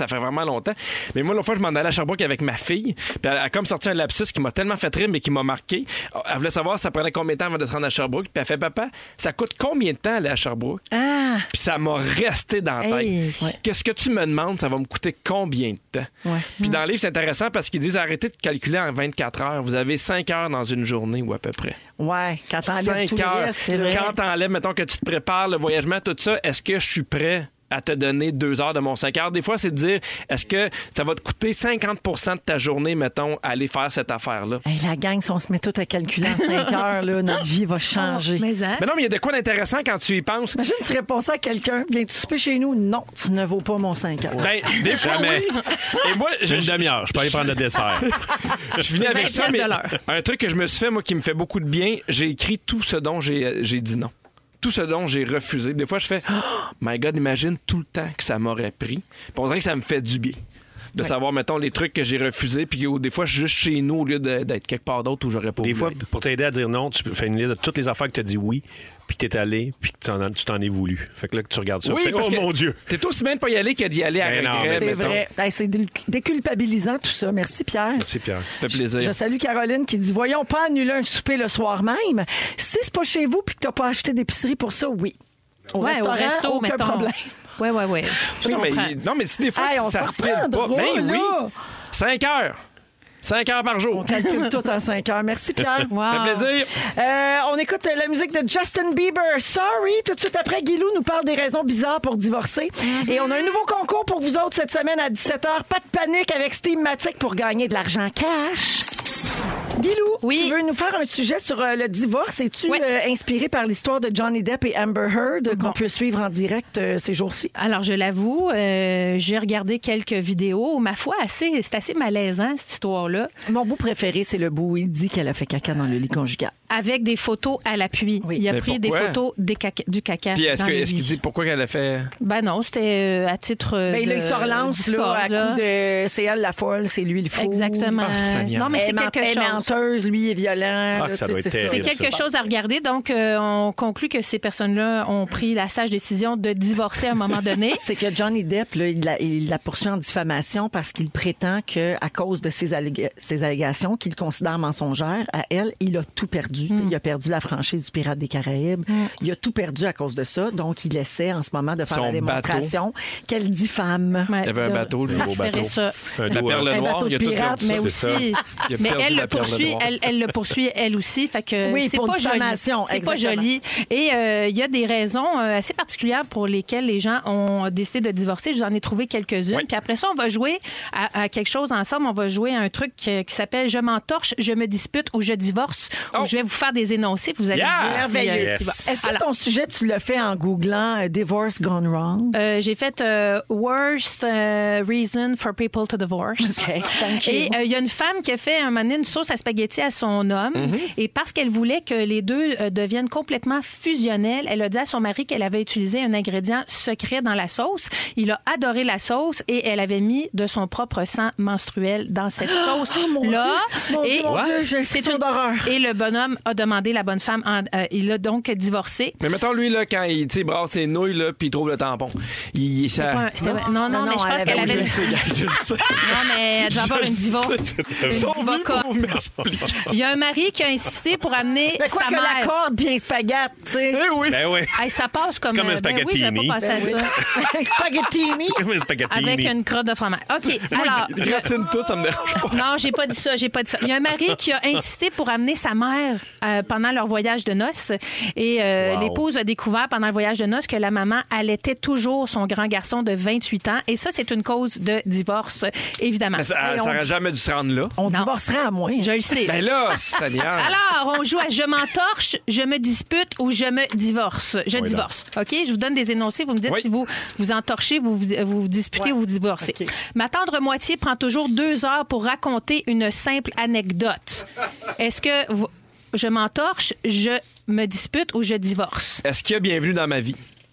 ça fait vraiment longtemps. Mais moi, l'autre fois, je m'en allais à Sherbrooke avec ma fille. Puis elle a comme sorti un lapsus qui m'a tellement fait rire, mais qui m'a marqué. Elle voulait savoir ça prenait combien de temps avant de se rendre à Sherbrooke. Puis elle fait, papa, ça coûte combien de temps aller à Sherbrooke? Ah! Puis ça m'a resté dans la tête. Hey. Ouais. Qu'est-ce que tu me demandes, ça va me coûter combien de temps? Ouais. Puis dans le livre, c'est intéressant parce qu'ils disent arrêtez de calculer en vingt-quatre heures. Vous avez cinq heures dans une journée ou à peu près. Ouais, quand t'enlèves tout cinq le heures. reste, c'est vrai. Quand t'enlèves, mettons que tu te prépares le voyagement, tout ça, est-ce que je suis prêt à te donner deux heures de mon cinq heures? Des fois, c'est de dire, est-ce que ça va te coûter cinquante pour cent de ta journée, mettons, à aller faire cette affaire-là? Hey, la gang, si on se met tout à calculer en cinq heures, là, notre vie va changer. Mais hein? Mais non, mais il y a de quoi d'intéressant quand tu y penses. Imagine, tu réponds ça à quelqu'un, viens-tu souper chez nous? Non, tu ne vaux pas mon cinq heures. Ben, des fois, Jamais. oui. Et moi, J'ai une demi-heure. Je peux aller prendre le dessert. Je finis avec ça, vingt mais piastres de l'heure. un truc que je me suis fait, moi, qui me fait beaucoup de bien, j'ai écrit tout ce dont j'ai, j'ai dit non. Tout ce dont j'ai refusé. Des fois, je fais oh, my God, imagine tout le temps que ça m'aurait pris. Puis on dirait que ça me fait du bien. De Ouais. savoir, mettons, les trucs que j'ai refusés, puis des fois, je suis juste chez nous au lieu de- d'être quelque part d'autre où j'aurais pas Des voulu fois, être. pour t'aider à dire non, tu peux faire une liste de toutes les affaires que tu as dit oui, puis que t'es allé, puis que t'en as- tu t'en es voulu. Fait que là, que tu regardes ça, Oui, tu fais, parce oh que mon Dieu! T'es aussi bien de pas y aller que d'y aller à Ben non, regret, mais C'est mettons. vrai. Hey, c'est dé- déculpabilisant tout ça. Merci, Pierre. Merci, Pierre. Ça fait plaisir. Je salue Caroline qui dit voyons pas annuler un souper le soir même. Si c'est pas chez vous puis que t'as pas acheté d'épicerie pour ça, oui. Au Ouais, restaurant, au resto, aucun mettons. problème. Ouais, ouais, ouais. Je non, mais, comprends. non, mais si des fois, Hey, on ça se file reprendra, pas. Ben oui. là. Cinq heures. Cinq heures par jour. On calcule tout en cinq heures. Merci, Pierre. Wow. Ça fait plaisir. Euh, on écoute la musique de Justin Bieber. Sorry. Tout de suite après, Guilou nous parle des raisons bizarres pour divorcer. Et on a un nouveau concours pour vous autres cette semaine à dix-sept heures. Pas de panique avec Steamatic pour gagner de l'argent cash. Guilou, Oui. tu veux nous faire un sujet sur euh, le divorce? Es-tu Oui. euh, inspiré par l'histoire de Johnny Depp et Amber Heard qu'on peut suivre en direct euh, ces jours-ci? Alors, je l'avoue, euh, j'ai regardé quelques vidéos. Ma foi, assez, c'est assez malaisant, cette histoire-là, Mon bout préféré, c'est le bout où il dit qu'elle a fait caca dans le lit conjugal. avec des photos à l'appui. Oui. Il a Mais pris des pourquoi? photos des caca- du caca Puis est-ce dans que- le est-ce qu'il lit. dit pourquoi qu'elle a fait. Ben non, c'était euh, à titre euh, Ben, de là, il se relance discorde, là, à là. coup de c'est elle la folle, c'est lui le fou. Exactement. Ah, Seigneur. non, mais Elle c'est est ment- quelque elle est chose. menteuse, lui est violent. Ah, là, que ça tu sais, doit être c'est terrible. C'est Terrible, quelque ça. chose à regarder. Donc, euh, on conclut que ces personnes-là ont pris la sage décision de divorcer à un moment donné. C'est que Johnny Depp, là, il, la, il la poursuit en diffamation parce qu'il prétend qu'à cause de ces, alléga- ces allégations qu'il considère mensongères, à elle, il a tout perdu. Tu sais, Il a perdu la franchise du Pirate des Caraïbes. Il a tout perdu à cause de ça. Donc, il essaie en ce moment de faire Son la démonstration qu'elle diffame. Ouais, Il y avait un de bateau, lui. beau récupérer bateau. ça. Un La doux, perle hein. Un noire, bateau il y a de tout pirate, perdu. Mais ça. aussi, ça. Il a mais perdu elle la le perle poursuit, noire. elle, elle le poursuit elle aussi, fait que Oui, c'est pour pas joli. diffamation, C'est pas exactement. joli. Et euh, il y a des raisons euh, assez particulières pour lesquelles les gens ont décidé de divorcer. Je vous en ai trouvé quelques-unes. Oui. Puis après ça, on va jouer à, à quelque chose ensemble. On va jouer à un truc qui, qui s'appelle Je m'entorche, je me dispute ou je divorce. Oh. Où je vais vous faire des énoncés. Puis vous allez Yeah! me dire si, euh, Merveilleux. si va. Yes. Est-ce que Alors, ton sujet, tu l'as fait en googlant euh, Divorce Gone Wrong? euh, j'ai fait euh, Worst euh, Reason for People to Divorce. OK, thank you. Et euh, il y a une femme qui a fait un moment donné une sauce à spaghetti à son homme. Et parce qu'elle voulait que les deux euh, deviennent complètement fusionnels, elle a dit à son mari qu'elle avait utilisé un ingrédient secret dans la sauce. Il a adoré la sauce et elle avait mis de son propre sang menstruel dans cette sauce-là. Mon et Dieu, mon Dieu, j'ai une c'est frisson une- d'horreur. Et le bonhomme a demandé la bonne femme. en- euh, il a donc divorcé. Mais mettons, lui, là, quand il tu sais, brasse ses nouilles, là, puis il trouve le tampon. Il, ça... Pas un- c'était- non, non, Non, mais non, je pense elle qu'elle avait- Je avait. le sais, gars, je le sais. Non, mais elle doit avoir une divorce. Une Ils sont venus divoca. pour m'expliquer. Il y a un mari qui a insisté pour amener Mais quoi sa que mère. la corde bien spaghetti, tu sais. Eh oui. Ben oui. Hey, ça passe comme, C'est comme un euh, ben oui, spaghettini. j'avais pas pensé à ça. Spaghettini. Comme un spaghettini. Avec une crotte de fromage. OK, alors... Il gratine tout, ça me dérange pas. Non, j'ai pas dit ça, j'ai pas dit ça. Il y a un mari qui a insisté pour amener sa mère euh, pendant leur voyage de noces. Et euh, Wow. l'épouse a découvert pendant le voyage de noces que la maman allaitait toujours son grand garçon de vingt-huit ans. Et ça, c'est une cause de divorce, évidemment. Mais ça Hey, on- n'aurait jamais dû se rendre là. On Non. divorcerait à moins. Je le sais. Ben là, Seigneur. Alors, on joue à je m'entorche, je me dispute ou je me divorce. Je Oui, divorce. OK? Je vous donne des énoncés. Vous me dites Oui. si vous vous entorchez, vous vous, vous vous disputez Ouais. ou vous divorcez. OK. Ma tendre moitié prend toujours deux heures pour raconter une simple anecdote. Est-ce que vous- je m'entorche, je me dispute ou je divorce? Est-ce qu'il y a bienvenue dans ma vie?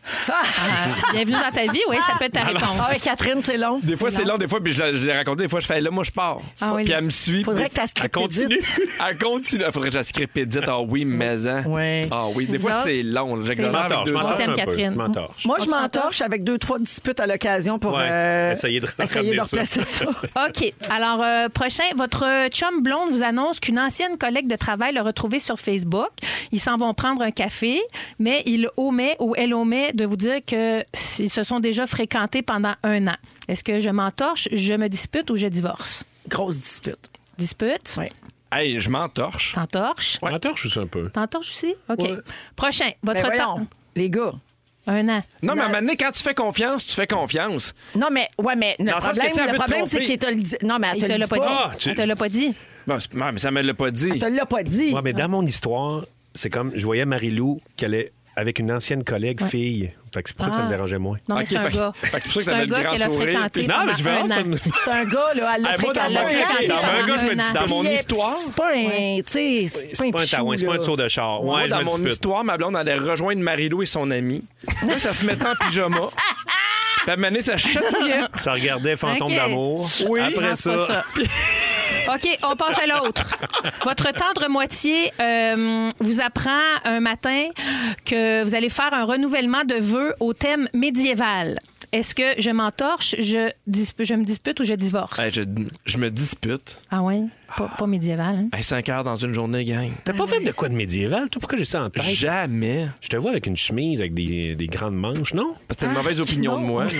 Ah, bienvenue dans ta vie, oui, ça peut être ta réponse. Ah oui, Catherine, c'est long. Des fois, c'est long. Des fois, puis je, l'ai- je l'ai raconté. Des fois, je fais là, moi, je pars. Ah oui, puis là. elle me suit. Faudrait Des- que ta Elle script continue. Elle continue. Il faudrait que je la script édite. Ah oui, mais hein. Ouais. Ah oui. Des Vous fois, autres? c'est long. là. Je J'exagère avec m'entorche, je deux heures. m'entorche t'aime, un peu. Catherine. Je m'entorche. Moi, je On s'entend? m'entorche avec deux, trois disputes à l'occasion pour Ouais. euh, Essayer de essayer de ramener ça. replacer ça. OK. Alors, euh, prochain, votre chum blonde vous annonce qu'une ancienne collègue de travail l'a retrouvé sur Facebook. Ils s'en vont prendre un café, mais il omet ou elle omet de vous dire que ils se sont déjà fréquentés pendant un an. Est-ce que je m'entorche, je me dispute ou je divorce? Grosse dispute. Dispute? Oui. Hey, je m'entorche. T'entorches? Je m'entorche aussi un peu. T'entorches aussi? OK. Ouais. Prochain, votre Ben temps. voyons, les gars. Un an. Non, mais à un moment donné, quand tu fais confiance, tu fais confiance. Non, mais, ouais, mais le Dans le sens que problème, si elle le veut te problème c'est tromper- qu'il te le dit. Non, mais elle Il te te le l'a dit pas dit. Ah, tu- Elle te l'a pas dit. Bon, c'est- non, mais ça me l'a pas dit. Elle te l'a pas dit. Ouais, mais dans mon histoire, c'est comme je voyais Marie-Lou qu'elle est avec une ancienne collègue fille. Fait que c'est pour ça que ça me Ah. dérangeait moins. Non, mais Ok, c'est un fait- gars. fait que c'est pour ça que C'est t'avais un le gars grand qu'elle a sourire, fréquenté puis- Non, mais pendant je vais un avoir an. une- C'est un gars, là, elle l'a Ah, moi, dans fréquenté. mon- Elle l'a fréquenté Dans mon pendant gars, je me un dis, an. dans mon Puis, euh, histoire- C'est pas un. Tu sais, C'est pas un pichou, taouin, c'est pas un là. tour de char. Moi, Ouais, je dans me mon dispute. histoire, ma blonde allait rejoindre Marie-Lou et son ami. Là, ça se mettait en pyjama. Puis à un moment donné, ça chatouillait. Ça regardait Fantôme Ok. d'amour. Oui. Après Non, c'est ça, pas ça. OK, on passe à l'autre. Votre tendre moitié euh, vous apprend un matin que vous allez faire un renouvellement de vœux au thème médiéval. Est-ce que je m'entorche, je, disp- je me dispute ou je divorce? Hey, je, je me dispute. Ah oui? Pas, pas médiéval, hein? Hey, cinq heures dans une journée, gang. t'as pas fait de quoi de médiéval? Toi, pourquoi j'ai ça en tête? Jamais. Je te vois avec une chemise avec des, des grandes manches, non? Parce que t'as une mauvaise opinion de moi.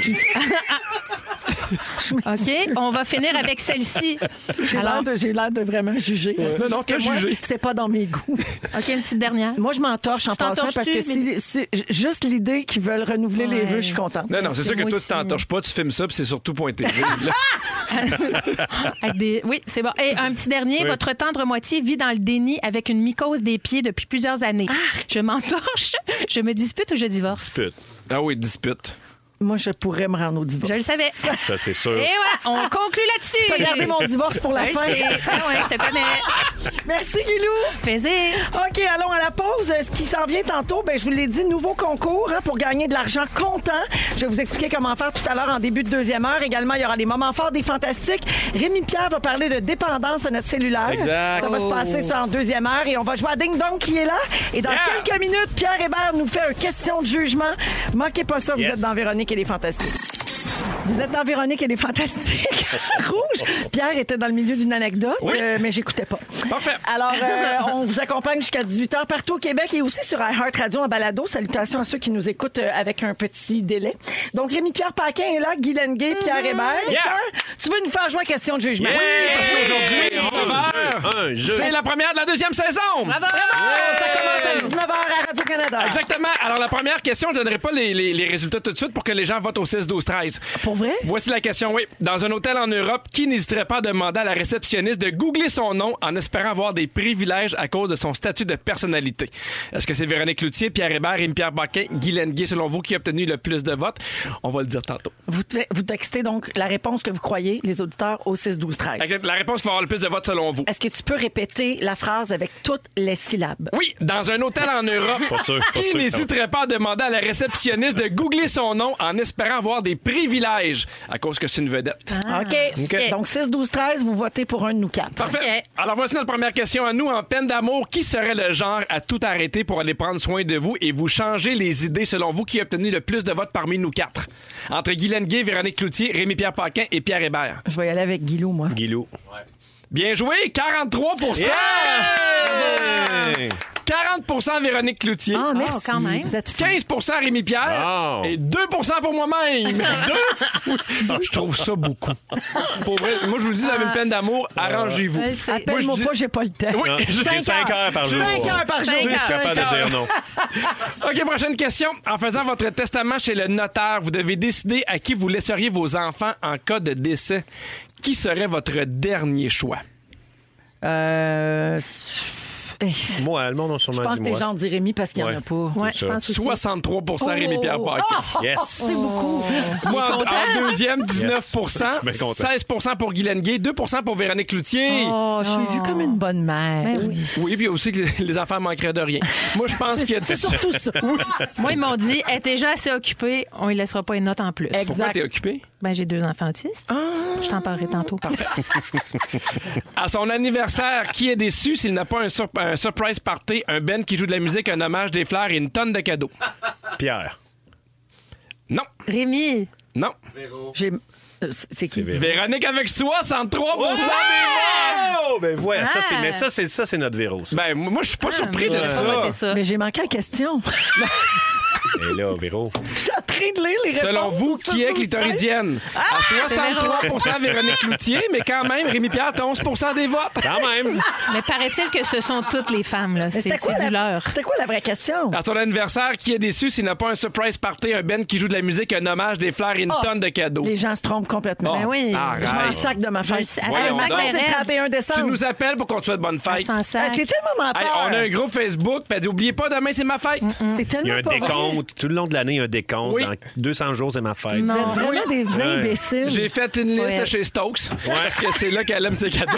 OK, on va finir avec celle-ci. J'ai Alors, l'air de, j'ai l'air de vraiment juger. Non, non, Que que moi, juger. c'est pas dans mes goûts. OK, une petite dernière. Moi, je m'entorche en Tu passant parce que t'entorches-tu, si, si- juste l'idée qu'ils veulent renouveler les Ouais. vœux, je suis contente. Non, non, c'est C'est sûr que moi toi, tu aussi. t'entorches pas, tu filmes ça, puis c'est surtout point T V. là. Avec des... Oui, c'est bon. Et un petit dernier, Oui. votre tendre moitié vit dans le déni avec une mycose des pieds depuis plusieurs années. Je m'entorche, je me dispute ou je divorce? Dispute. Ah oui, dispute. Moi, je pourrais me rendre au divorce. Je le savais. Ça, c'est sûr. Et voilà, on conclut là-dessus. T'as gardé mon divorce pour la Oui, fin. c'est- Ah ouais, je te connais. Merci, Guilou. Plaisir. OK, allons à la pause. Ce qui s'en vient tantôt, ben, je vous l'ai dit, nouveau concours hein, pour gagner de l'argent comptant. Je vais vous expliquer comment faire tout à l'heure en début de deuxième heure. Également, il y aura les moments forts des Fantastiques. Rémi Pierre va parler de dépendance à notre cellulaire. Exact. Ça va se passer ça en deuxième heure et on va jouer à Ding Dong qui est là. Et dans Yeah! quelques minutes, Pierre Hébert nous fait une question de jugement. Manquez pas ça, vous Yes. êtes dans Véronique et les Fantastiques. Vous êtes dans Véronique et les Fantastiques. Rouge. Pierre était dans le milieu d'une anecdote, Oui. euh, mais j'écoutais pas. Parfait. Alors, euh, on vous accompagne jusqu'à dix-huit heures partout au Québec et aussi sur iHeart Radio en balado. Salutations à ceux qui nous écoutent euh, avec un petit délai. Donc, Rémi-Pierre Paquin est là, Guy Lenguet, Pierre Hébert. Yeah. Pierre, tu veux nous faire jouer à question de jugement? Oui, parce qu'aujourd'hui, Un dix-neuf heures, jeu, un jeu. c'est la première de la deuxième saison. Bravo! Ça commence à dix-neuf heures à Radio-Canada. Exactement. Alors, la première question, je ne donnerai pas les, les- les résultats tout de suite pour que les gens votent au six douze treize. Pour vrai? Voici la question, oui. Dans un hôtel en Europe, qui n'hésiterait pas à demander à la réceptionniste de googler son nom en espérant avoir des privilèges à cause de son statut de personnalité? Est-ce que c'est Véronique Cloutier, Pierre Hébert, Rémi-Pierre Paquin, Guy Lenguet, selon vous, qui a obtenu le plus de votes? On va le dire tantôt. Vous, te- vous textez donc la réponse que vous croyez, les auditeurs, au six douze treize. Exact. La réponse qui va avoir le plus de votes, selon vous. Est-ce que tu peux répéter la phrase avec toutes les syllabes? Oui, dans un hôtel en Europe, Pas sûr, pas sûr qui que ça va. n'hésiterait pas à demander à la réceptionniste de googler son nom en espérant avoir des privilèges à cause que c'est une vedette? OK. OK. Donc, six douze treize, vous votez pour un de nous quatre. Parfait. OK. Alors voici notre première question à nous. En peine d'amour, qui serait le genre à tout arrêter pour aller prendre soin de vous et vous changer les idées selon vous qui a obtenu le plus de votes parmi nous quatre? Entre Guy Lenguet, Véronique Cloutier, Rémi-Pierre Paquin et Pierre Hébert. Je vais y aller avec Guilou, moi. Guilou. Bien joué, quarante-trois pour cent! Hey! quarante pour cent Véronique Cloutier. Ah, merci. quand même. Vous êtes fin. quinze pour cent Rémi-Pierre Wow. et deux pour cent pour moi-même. Deux? Ah, je trouve ça beaucoup. Pour vrai, moi, je vous le dis, vous avez une peine d'amour, arrangez-vous. Je le sais. Appelle-moi Moi, je dis- pas, j'ai pas le temps. Oui, J'ai cinq heures par jour. Cinq heures par jour. Cinq Je suis heures. capable de dire non. OK, prochaine question. En faisant votre testament chez le notaire, vous devez décider à qui vous laisseriez vos enfants en cas de décès. Qui serait votre dernier choix? Euh, Moi, le monde a Je sûrement pense dit que les moi. gens disent Rémi parce qu'il n'y en a Ouais. pas. Ouais, C'est je ça. pense aussi. soixante-trois pour cent Rémi-Pierre Paquin. Yes. C'est beaucoup. Moi, en, content. en deuxième, dix-neuf pour cent. Yes. Bien content. seize pour cent pour Guylaine Gay, deux pour cent pour Véronique Cloutier. Oh, je suis vue comme une bonne mère. Ben oui. Oui, puis aussi que les enfants manqueraient de rien. Moi, je pense qu'il y a... C'est surtout ça. Moi, ils m'ont dit, elle est déjà assez occupée, on ne laissera pas une note en plus. Pourquoi Exact. t'es occupé? Ben, j'ai deux enfants autistes. Je t'en parlerai tantôt. À son anniversaire, qui est déçu s'il n'a pas un, sur- un surprise party, un band qui joue de la musique, un hommage, des fleurs et une tonne de cadeaux? Pierre. Non, Rémi, non. J'ai- euh, C'est qui? Véro. Véronique avec soixante-trois pour cent Oh, ben voilà, ça, c'est, Ah. mais ça, c'est, ça, c'est notre Véro. ça. Ben, moi, je suis pas surpris de j'ai pas ça. voté ça. Mais j'ai manqué la question. Et là, Véro. J'étais en train de lire les réponses. Selon vous, au qui est six douze treize. clitoridienne? À soixante-trois pour cent Véronique Cloutier, mais quand même, Rémi-Pierre, t'as onze pour cent des votes. Quand même. Mais paraît-il que ce sont toutes les femmes, là. Mais C'est C'était quoi, c'est du la... leur. c'était quoi la vraie question? À son anniversaire, qui est déçu s'il n'a pas un surprise party, un band qui joue de la musique, un hommage, des fleurs et une Oh, tonne de cadeaux? Les gens se trompent complètement. Ben oui. Arrête. Je m'en sac de ma Je le fête. sais. Hey, Voyons ma donc. fête, c'est le trente et un décembre. Tu nous appelles pour qu'on te souhaite bonne fête. Sans Ah, sac. t'es tellement menteur. Hey, on a un groupe Facebook, puis elle dit oubliez pas, demain c'est ma fête. C'est Il y tellement a un pas vrai. décompte. Tout le long de l'année, il y a un décompte. Oui. Dans deux cents jours, c'est ma fête. Vous êtes vraiment des Ouais. imbéciles. J'ai fait une liste Ouais. chez Stokes parce que c'est là qu'elle aime ses cadeaux.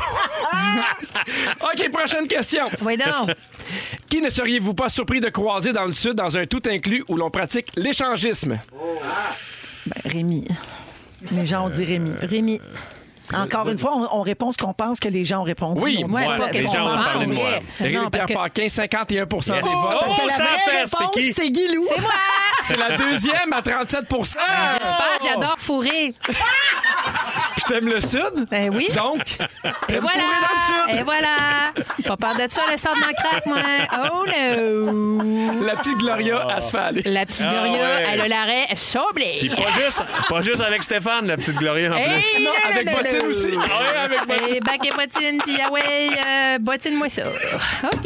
OK, prochaine question. Oui, donc. Qui ne seriez-vous pas surpris de croiser dans le Sud dans un tout inclus où l'on pratique l'échangisme? Ben, Rémi. Les gens ont dit Rémi. Rémi. Encore une fois, on, on répond ce qu'on pense que les gens ont répondu. Oui, On dit Moi, Voilà, pas les qu'est-ce gens qu'on ont pense. parlé de moi. Non, Rémi-Pierre parce que Paquin, cinquante et un pour cent Yes. des Oh, votes. Parce que la sans vraie faire, c'est réponse, qui? c'est Guilou. c'est moi! C'est la deuxième à trente-sept pour cent. J'espère, j'adore fourrer. Puis t'aimes le Sud? Ben oui. Donc, Et voilà! dans le Sud. Et voilà! Pas peur de ça, le sort dans crack, moi. Oh no! la petite Gloria, elle se fait aller. La petite Ah Gloria, ouais. elle a l'arrêt sablé. Puis pas juste, pas juste avec Stéphane, la petite Gloria, en Hey, plus. non, avec non, non, Bottine non. aussi. Ah oui, avec Bottine. Et bac et bottine, puis ah ouais, euh, bottine-moi ça. OK.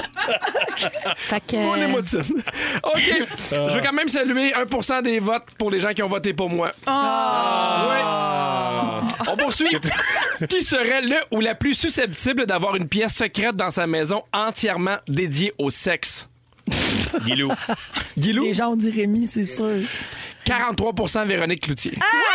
Fait que... On est Bottine. OK. Je veux quand même saluer un pour cent des votes pour les gens qui ont voté pour moi. Oh! Ouais. On poursuit. Qui serait le ou la plus susceptible d'avoir une pièce secrète dans sa maison entièrement dédiée au sexe? Guilou. Guilou? Les gens ont dit Rémi, c'est sûr. quarante-trois pour cent Véronique Cloutier.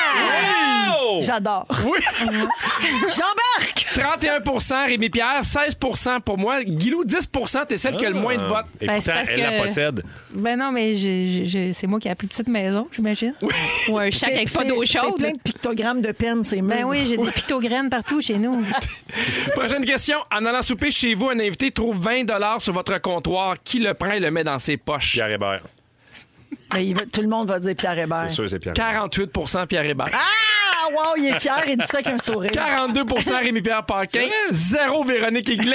Oh! J'adore. Oui. J'embarque! trente et un pour cent Rémi-Pierre, seize pour cent pour moi. Guilou, dix pour cent, t'es celle qui a le moins de votes. Et Ben, c'est pourtant, parce elle la que- possède. Ben non, mais j'ai- j'ai- j'ai- c'est moi qui ai la plus petite maison, j'imagine. Ou un chac avec pas C'est- d'eau C'est chaude. plein de pictogrammes de peine, c'est Ben oui, j'ai des pictogrammes partout chez nous. Prochaine question. En allant souper chez vous, un invité trouve vingt dollars sur votre comptoir. Qui le prend et le met dans ses poches? Pierre Hébert. Mais il va- tout le monde va dire Pierre Hébert. C'est sûr, c'est Pierre. quarante-huit pour cent Pierre Hébert. Ah, wow, il est fier et dit ça avec un sourire. quarante-deux pour cent Rémi-Pierre Paquin. Zéro Véronique et Glenn.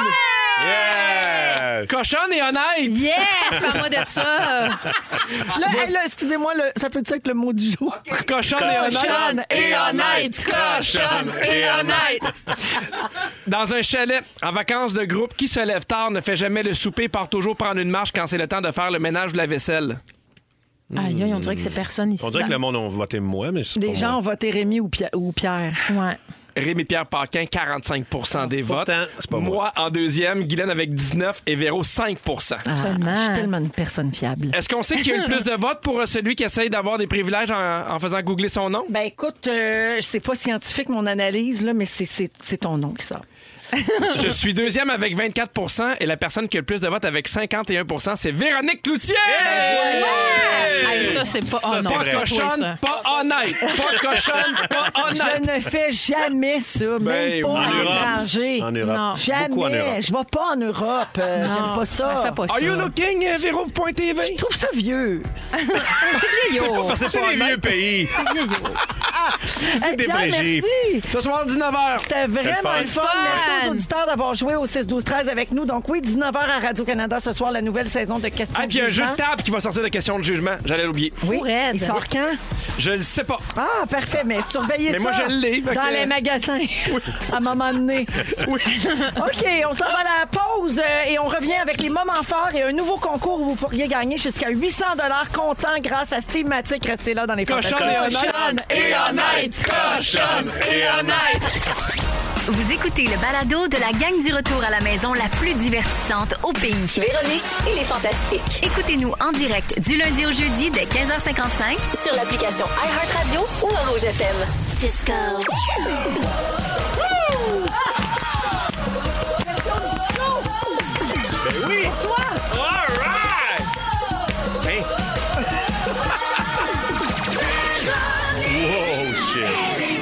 Yeah! Cochonne et honnête. Yes! Parle-moi de ça! Là, hey, là, excusez-moi, le- ça peut être le mot du jour. Cochonne et honnête. Cochonne et honnête! Cochonne et honnête! Dans un chalet, en vacances de groupe, qui se lève tard, ne fait jamais le souper, part toujours prendre une marche quand c'est le temps de faire le ménage ou la vaisselle? Aïe, aïe, on dirait que c'est personne ici. On dirait que le monde a voté moi, mais c'est Des pas gens moi. ont voté Rémi ou, Pi- ou Pierre. Ouais. Rémi-Pierre Paquin, quarante-cinq pour cent des votes. Pourtant, c'est pas moi. Moi, en deuxième, Guylaine avec dix-neuf et Véro, cinq pour cent. Ah, Seulement. je suis tellement une personne fiable. Est-ce qu'on sait qu'il y a eu plus de votes pour euh, celui qui essaye d'avoir des privilèges en, en faisant googler son nom? Ben écoute, euh, c'est pas scientifique mon analyse, là, mais c'est- c'est c'est ton nom qui sort. Je suis deuxième avec vingt-quatre pour cent et la personne qui a le plus de votes avec cinquante et un pour cent, c'est Véronique Cloutier! Hey, ça, c'est pas. Ça, Oh c'est non, Pas vrai. toi, cochonne, ça. pas honnête. Pas cochonne, pas Je honnête. ne fais jamais ça, même Ben, pas en à Europe. l'étranger. En Europe. Non. Beaucoup en Jamais. Europe. Je vais pas en Europe. Euh, Non, J'aime pas ça. ben, fais pas ça. Are you looking, euh, Véro.tv? Je trouve ça vieux. C'est vieillot. Parce que c'est pas les vieux pays. C'est vieillot. C'est Hey, des Pierre, vrais G. merci. Ce soir, dix-neuf heures. C'était vraiment fun. le fun. Fun. Merci aux auditeurs d'avoir joué au six douze treize avec nous. Donc oui, dix-neuf heures à Radio-Canada ce soir, la nouvelle saison de questions Ah, puis il y a un de jeu jugement. de table qui va sortir de questions de jugement. J'allais l'oublier. Oui, Raide. il sort quand? Je le sais pas. Ah, parfait, mais surveillez Mais ça. moi, je l'ai, fait Dans que- les magasins, à un moment donné. Oui. OK, on s'en va à la pause euh, et on revient avec les moments forts et un nouveau concours où vous pourriez gagner jusqu'à huit cents dollars comptant grâce à Steve Matic. Restez là dans les Cochonne Fantastiques. et honnête. Cochonne et honnête! Cochonne et honnête! Vous écoutez le balado de la gang du retour à la maison la plus divertissante au pays. Véronique et les Fantastiques. Écoutez-nous en direct du lundi au jeudi dès quinze heures cinquante-cinq Sur l'application iHeartRadio ou à Rouge F M. Disco. Ben oui! Toi! All right! Hey! Wow, shit!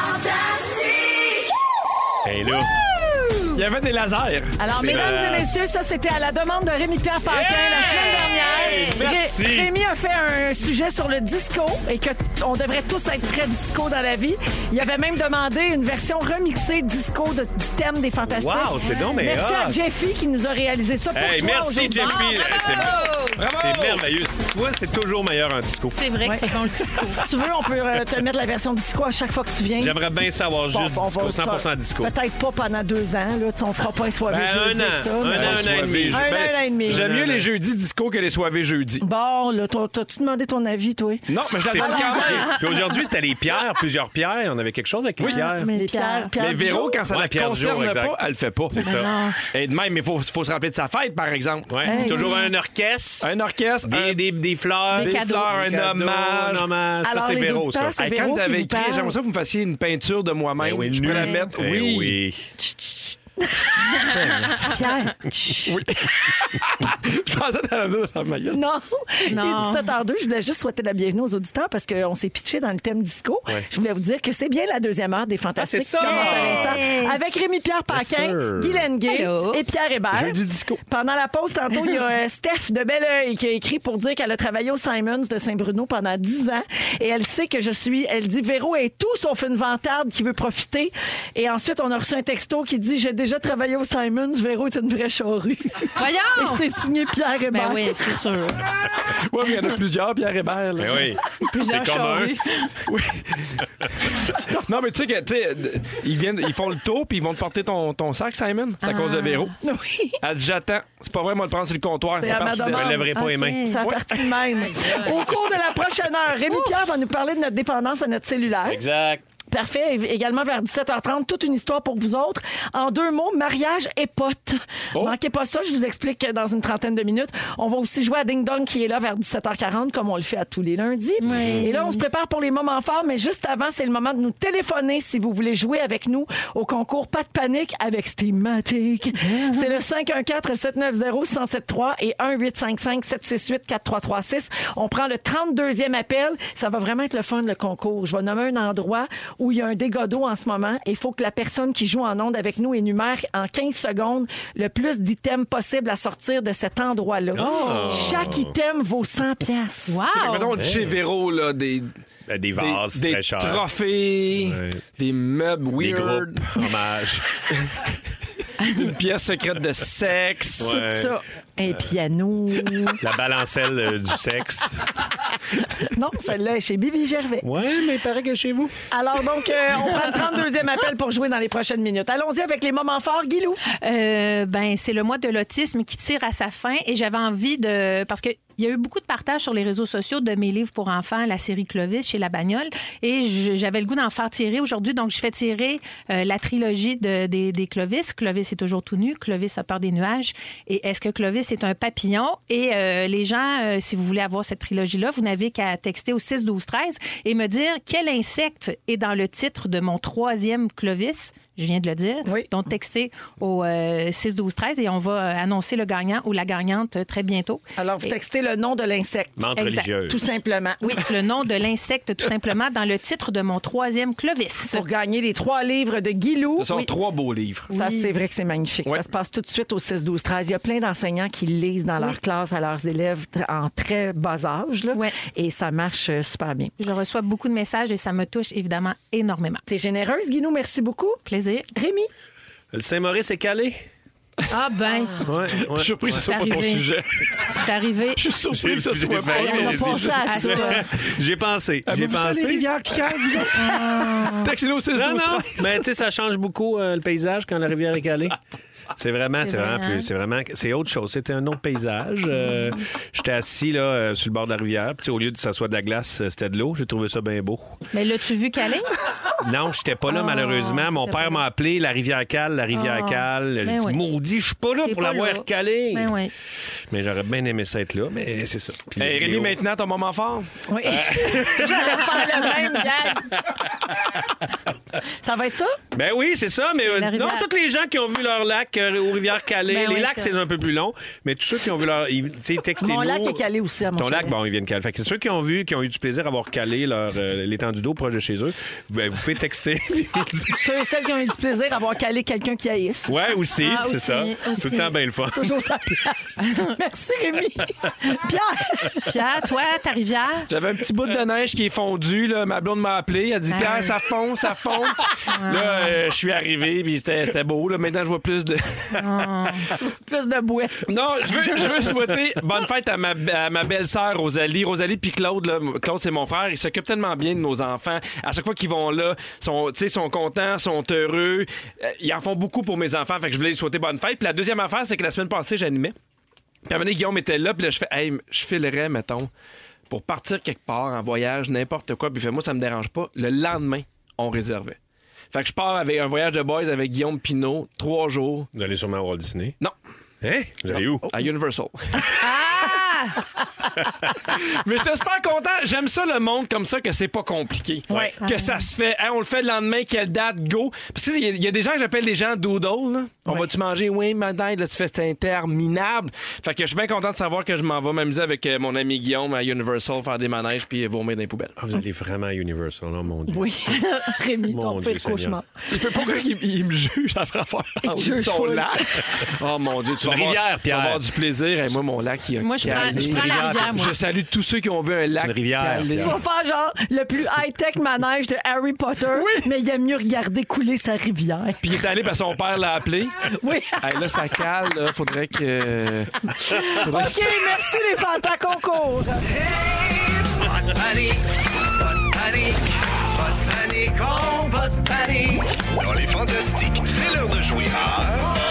Hey, là! Il y avait des lasers. Alors, C'est mesdames malade. et messieurs, ça, c'était à la demande de Rémi-Pierre Paquin la semaine dernière. Merci. Ré- Rémi a fait un sujet sur le disco et qu'on devrait tous être très disco dans la vie. Il avait même demandé une version remixée disco de- du thème des Fantastiques. Wow, c'est donc mais Merci hot. à Jeffy qui nous a réalisé ça pour Hey, toi merci, aujourd'hui. Jeffy! Hey, c'est- Bravo! C'est merveilleux. Tu vois, c'est toujours meilleur en disco. C'est vrai que c'est bon le discours. Si tu veux, on peut euh, te mettre la version disco à chaque fois que tu viens. J'aimerais bien savoir Bon, juste on disco, va- cent pour cent disco. Peut-être pas pendant deux ans. Là, Tu sais, on fera pas un soirée Ben, jeudi un an. avec ça. Un mais- an, un an et demi. Un an, un an et demi. J'aime Non, mieux non, les non. jeudis disco que les soirées jeudi. Bon, là, t'as- t'as-tu demandé ton avis, toi? Non, mais je C'est la donne quand même. Puis aujourd'hui, c'était les pierres, plusieurs pierres. On avait quelque chose avec les pierres. Mais Pierre, Pierre Mais Véro, quand ça Ouais, ne Pierre concerne Jour, exact. pas, elle le fait pas. C'est ça. Et de même, il faut, faut se rappeler de sa fête, par exemple. Ouais. Hey, Toujours oui. un orchestre, Un orchestre, des, un- des, des fleurs, Des des cadeaux. fleurs, des un cadeaux, hommage. un hommage. Alors, ça, c'est les Véro, ça. auditeurs, c'est Hey, Véro quand vous qui avez vous écrit, parle. j'aimerais ça que vous me fassiez une peinture de moi-même. Ben oui, je peux nu. la mettre. Eh Oui. oui. Pierre. Oui. Je pensais que t'allais dire ça, ma gueule. Non. Non. Il est dix-sept heures deux. Je voulais juste souhaiter la bienvenue aux auditeurs parce qu'on s'est pitché dans le thème disco. Ouais. Je voulais vous dire que c'est bien la deuxième heure des Fantastiques Ah, c'est ça. qui commence à Hey. l'instant. Avec Rémi-Pierre Paquin, sir. Guy Lenguet Hello. et Pierre Hébert. Jeudi disco. Pendant la pause, tantôt, il y a euh, Steph de Belleuil qui a écrit pour dire qu'elle a travaillé au Simons de Saint-Bruno pendant dix ans. Et elle sait que je suis... Elle dit, Véro est tout sauf une vantarde qui veut profiter. Et ensuite, on a reçu un texto qui dit, j'ai déjà travaillé au Simons. Véro est une vraie charrue. Et Voyons! c'est signé Pierre Hébert. Ben oui, c'est sûr. Oui, mais il y en a plusieurs, Pierre Hébert. là. Ben oui. Plusieurs C'est commun. charrues. Oui. Non, mais tu sais que, tu sais, ils viennent, ils font le tour puis ils vont te porter ton, ton sac, Simon. C'est à cause de Véro. Oui. Elle dit, j'attends. C'est pas vrai, moi, le prendre sur le comptoir. C'est C'est à ma parti de- demande. Je ne lèverai pas les Ok. mains. Ça a parti de même. Au cours de la prochaine heure, Rémi Pierre va nous parler de notre dépendance à notre cellulaire. Exact. Parfait. Et également vers dix-sept heures trente, toute une histoire pour vous autres. En deux mots, mariage et potes. Oh. Manquez pas ça, je vous explique dans une trentaine de minutes. On va aussi jouer à Ding Dong qui est là vers dix-sept heures quarante, comme on le fait à tous les lundis. Et là, on se prépare pour les moments forts, mais juste avant, c'est le moment de nous téléphoner si vous voulez jouer avec nous au concours Pas de panique avec Steamatic. C'est le cinq un quatre, sept neuf zéro, un zéro sept trois et un huit cinq cinq, sept six huit, quatre trois trois six. On prend le trente-deuxième appel. Ça va vraiment être le fun, le concours. Je vais nommer un endroit où il y a un dégât d'eau en ce moment. Il faut que la personne qui joue en onde avec nous énumère en quinze secondes le plus d'items possible à sortir de cet endroit-là. Chaque item vaut cent piastres. Fait que, Wow! mettons, chez Véro, là, des, Ben, des des, vases des très chers. trophées, Ouais. des meubles Des weird, groupes. Hommage. une pièce secrète de sexe. Ouais. Tout ça. Un piano. La balancelle euh, du sexe. Non, celle-là est chez Bibi Gervais. Ouais, mais il paraît que chez vous. Alors donc, euh, on prend le trente-deuxième appel pour jouer dans les prochaines minutes. Allons-y avec les moments forts, Guilou. Euh, ben, c'est le mois de l'autisme qui tire à sa fin et j'avais envie de... Parce que il y a eu beaucoup de partages sur les réseaux sociaux de mes livres pour enfants, la série Clovis chez La Bagnole. Et je- j'avais le goût d'en faire tirer aujourd'hui. Donc, je fais tirer euh, la trilogie de- des, des Clovis. Clovis est toujours tout nu. Clovis a peur des nuages. Et est-ce que Clovis est un papillon? Et euh, les gens, euh, si vous voulez avoir cette trilogie-là, vous n'avez qu'à texter au six douze treize et me dire quel insecte est dans le titre de mon troisième Clovis. Je viens de le dire. Oui. Donc, textez au euh, six douze treize et on va euh, annoncer le gagnant ou la gagnante euh, très bientôt. Alors, vous Et- textez le nom de l'insecte. Menthe Exact. religieuse. Tout simplement. Oui, le nom de l'insecte, tout simplement, dans le titre de mon troisième Clovis. Pour gagner les trois livres de Guilou. Ce sont Oui. trois beaux livres. Ça, Oui. c'est vrai que c'est magnifique. Ouais. Ça se passe tout de suite au six douze treize. Il y a plein d'enseignants qui lisent dans leur classe à leurs élèves tr- en très bas âge. Là, Ouais. et ça marche euh, super bien. Je reçois beaucoup de messages et ça me touche évidemment énormément. T'es généreuse, Guilou. Merci beaucoup. Plaisir. Rémi. Le Saint-Maurice est calé. Ah ben, Ouais, ouais. Je suis surpris que ce soit C'est pas ton arrivé. sujet. c'est arrivé. Je suis surpris que ce J'ai soit pas. failli, On a mais pensé à À ça. ça. J'ai pensé. J'ai Avez-vous ça, les pensé. rivières qui calent, vous autres? Textez-nous au six Non, douze non, treize. mais tu sais, ça change beaucoup euh, le paysage quand la rivière est calée. C'est vraiment, c'est C'est vraiment vrai, plus, hein? c'est vraiment, c'est autre chose. C'était un autre paysage. Euh, J'étais assis là euh, sur le bord de la rivière. Puis tu sais, au lieu de que ça soit de la glace, euh, c'était de l'eau. J'ai trouvé ça bien beau. Mais l'as-tu vu caler? Non, j'étais pas là Oh, malheureusement. Mon t'étais père pas m'a là. appelé, la rivière cale, la rivière Oh, cale. J'ai ben dit oui. maudit, je suis pas là T'es pour pas l'avoir là. calé. Ben oui. Mais j'aurais bien aimé ça être là, mais c'est ça. Puis les Hey, Rémi, vidéos- maintenant, ton moment fort. Oui. J'allais faire le même gag. Ça va être ça? Ben oui, c'est ça, mais C'est euh, la non, rivière. tous les gens qui ont vu leur lac euh, aux rivières calées, Ben les oui, lacs ça. c'est un peu plus long, mais tous ceux qui ont vu leur, ils- tu sais, textez-nous. Mon lac est calé aussi à mon Ton lac, chalet. bon, ils viennent caler. Fait que ceux qui ont vu, qui ont eu du plaisir à avoir calé leur euh, l'étendue d'eau proche de chez eux, ben, vous pouvez texter. Ceux et celles qui ont eu du plaisir à avoir calé quelqu'un qui haïsse. Ouais, aussi, Ah, c'est aussi, ça. aussi. Tout le temps bien le fun. Toujours sa place. Merci, Rémi. Pierre. Pierre, toi, ta rivière? J'avais un petit bout de neige qui est fondu. Là. Ma blonde m'a appelé. Elle a dit Ah. Pierre, ça fond, ça fond. Là, euh, je suis arrivé, puis c'était c'était beau. Là. Maintenant, je vois plus de. Plus de bouée. Non, je veux, je veux souhaiter bonne fête à ma, à ma belle-sœur Rosalie. Rosalie puis Claude. Là. Claude, c'est mon frère. Ils s'occupent tellement bien de nos enfants. À chaque fois qu'ils vont là, sont, tu sais, sont contents, sont heureux. Euh, Ils en font beaucoup pour mes enfants. Fait que je voulais lui souhaiter bonne fête. Puis la deuxième affaire, c'est que la semaine passée, j'animais. Puis à un moment donné, Guillaume était là, puis là, je fais, hey, je filerais, mettons, pour partir quelque part en voyage, n'importe quoi. Puis il fait, moi, ça me dérange pas. Le lendemain, on réservait. Fait que je pars avec un voyage de boys avec Guillaume Pinot, trois jours. Vous allez sûrement à Walt Disney. Non, Hein? Vous allez où? à Universal. Ah! Mais j'étais super content. J'aime ça, le monde comme ça, que c'est pas compliqué. Ouais. Que ça se fait. Hey, on le fait le lendemain, quelle date, go. Parce qu'il y, a- il y a des gens que j'appelle les gens doodle. Là. On va-tu manger? Oui, madame, là, tu fais, c'est interminable. Fait que je suis bien content de savoir que je m'en vais m'amuser avec euh, mon ami Guillaume à Universal, faire des manèges puis vomir dans les poubelles. Ah, vous allez vraiment à Universal, oh mon Dieu. Oui. Rémi, Mon ton Dieu pire Seigneur. cauchemar. Il peut pas croire qu'il il me juge après avoir parlé juge de son full. lac. Oh mon Dieu, tu C'est vas une avoir- rivière, tu vas Pierre. avoir du plaisir. Et moi, mon lac, il a Moi, je prends, calé. je prends la rivière, moi. Je salue tous ceux qui ont vu un lac une rivière, calé. Tu vas faire genre le plus high-tech manège de Harry Potter, mais il aime mieux regarder couler sa rivière. Puis il est allé parce que son père l'a appelé. Oui. Hey, là, ça cale. Là. Faudrait que... Faudrait OK, merci les fantas concours. Pas de panique, pas de panique, pas de panique, oh, pas de panique. Dans les fantastiques, c'est l'heure de jouer à...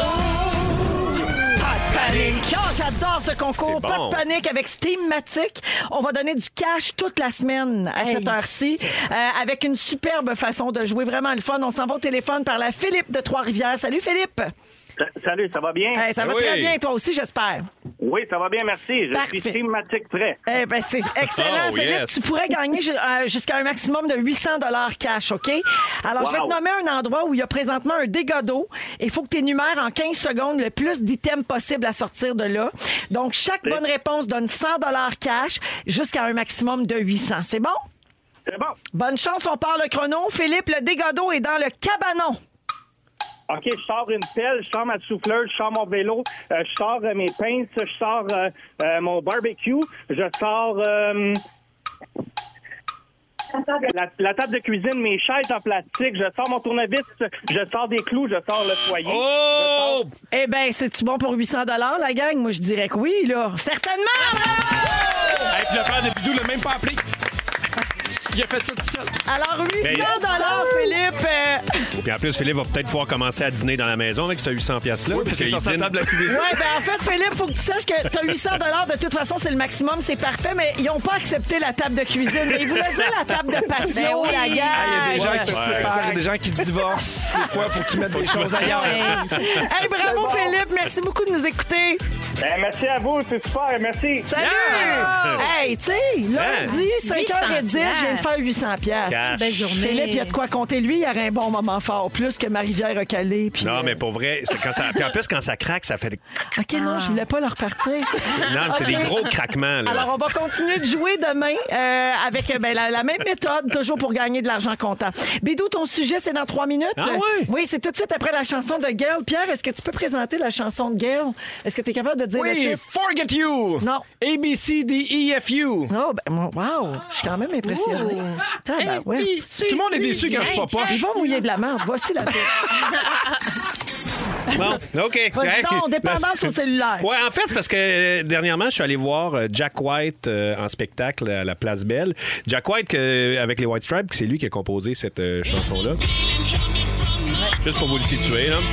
Panique. Oh, j'adore ce concours. C'est Pas bon. de panique avec Steamatic. On va donner du cash toute la semaine à Hey. cette heure-ci euh, avec une superbe façon de jouer. Vraiment le fun. On s'en va au téléphone par la Philippe de Trois-Rivières. Salut Philippe. Sa- Salut, ça va bien? Hey, ça va Oui. très bien, toi aussi, j'espère. Oui, ça va bien, merci. Je Parfait. suis thématique prêt. Eh ben, c'est excellent, Oh, Philippe. yes. Tu pourrais gagner ju- euh, jusqu'à un maximum de huit cents dollars cash, OK? Alors, je vais te Wow. nommer un endroit où il y a présentement un dégât d'eau. Il faut que tu énumères en quinze secondes le plus d'items possible à sortir de là. Donc, chaque bonne réponse donne cent dollars cash jusqu'à un maximum de huit cents. C'est bon? C'est bon. Bonne chance, on part le chrono. Philippe, le dégât d'eau est dans le cabanon. OK, je sors une pelle, je sors ma souffleuse, je sors mon vélo, euh, je sors euh, mes pinces, je sors euh, euh, mon barbecue, je sors euh, la, la table de cuisine, mes chaises en plastique, je sors mon tournevis, je sors des clous, je sors le foyer. Oh! Eh bien, c'est-tu bon pour huit cents dollars, la gang? Moi, je dirais que oui, là. Certainement! Bravo! Hey, puis le père de Bidou l'a même pas appelé. Il a fait ça tout seul. Alors, huit cents dollars, Philippe. euh, Puis en plus, Philippe va peut-être pouvoir commencer à dîner dans la maison avec ce huit cents piastres-là. Oui, parce qu'il est sur sa table de cuisine. Ouais, ben en fait, Philippe, faut que tu saches que tu as huit cents dollars. De toute façon, c'est le maximum, c'est parfait, mais ils n'ont pas accepté la table de cuisine. Mais ils voulaient dire la table de patio, Ben oui. la Ah, il y a gare. des gens qui se Ouais. séparent, il y a des gens qui divorcent. Des fois, il faut qu'ils mettent des choses ailleurs. Hey. Hey, bravo, Philippe. Merci beaucoup de nous écouter. Ben, merci à vous, c'est super, merci. Salut! Yeah! Hey, tu sais, lundi, cinq heures dix, je viens de faire huit cents piastres. Cash. Belle journée. Philippe, il y a de quoi compter. Lui, il aurait un bon moment fort, plus que Marie-Rivière a calé. Puis, Non, euh, mais pour vrai, c'est quand ça. Puis en plus, quand ça craque, ça fait des. OK, non, je voulais pas le repartir. Non, c'est OK. des gros craquements, là. Alors, on va continuer de jouer demain euh, avec euh, ben, la, la même méthode, toujours pour gagner de l'argent comptant. Bidou, ton sujet, c'est dans trois minutes. Ah ouais? Oui, c'est tout de suite après la chanson de Gail. Pierre, est-ce que tu peux présenter la chanson de Gail? Est-ce que tu es capable de dire le Oui, titre? Forget You. Non. A, B, C, D, E, F, U. Oh, ben, moi, wow, je suis quand même impressionnée. Tabarouette. Tout le monde est déçu quand je suis pas poche. Ils vont mouiller de la merde. Voici la tête. Bon, OK. Vas-y Hey. donc, dépendance au cellulaire. Ouais, en fait, c'est parce que euh, dernièrement, je suis allé voir euh, Jack White euh, en spectacle à la Place Belle. Jack White, que, avec les White Stripes, c'est lui qui a composé cette euh, chanson-là. Juste pour vous le situer, là.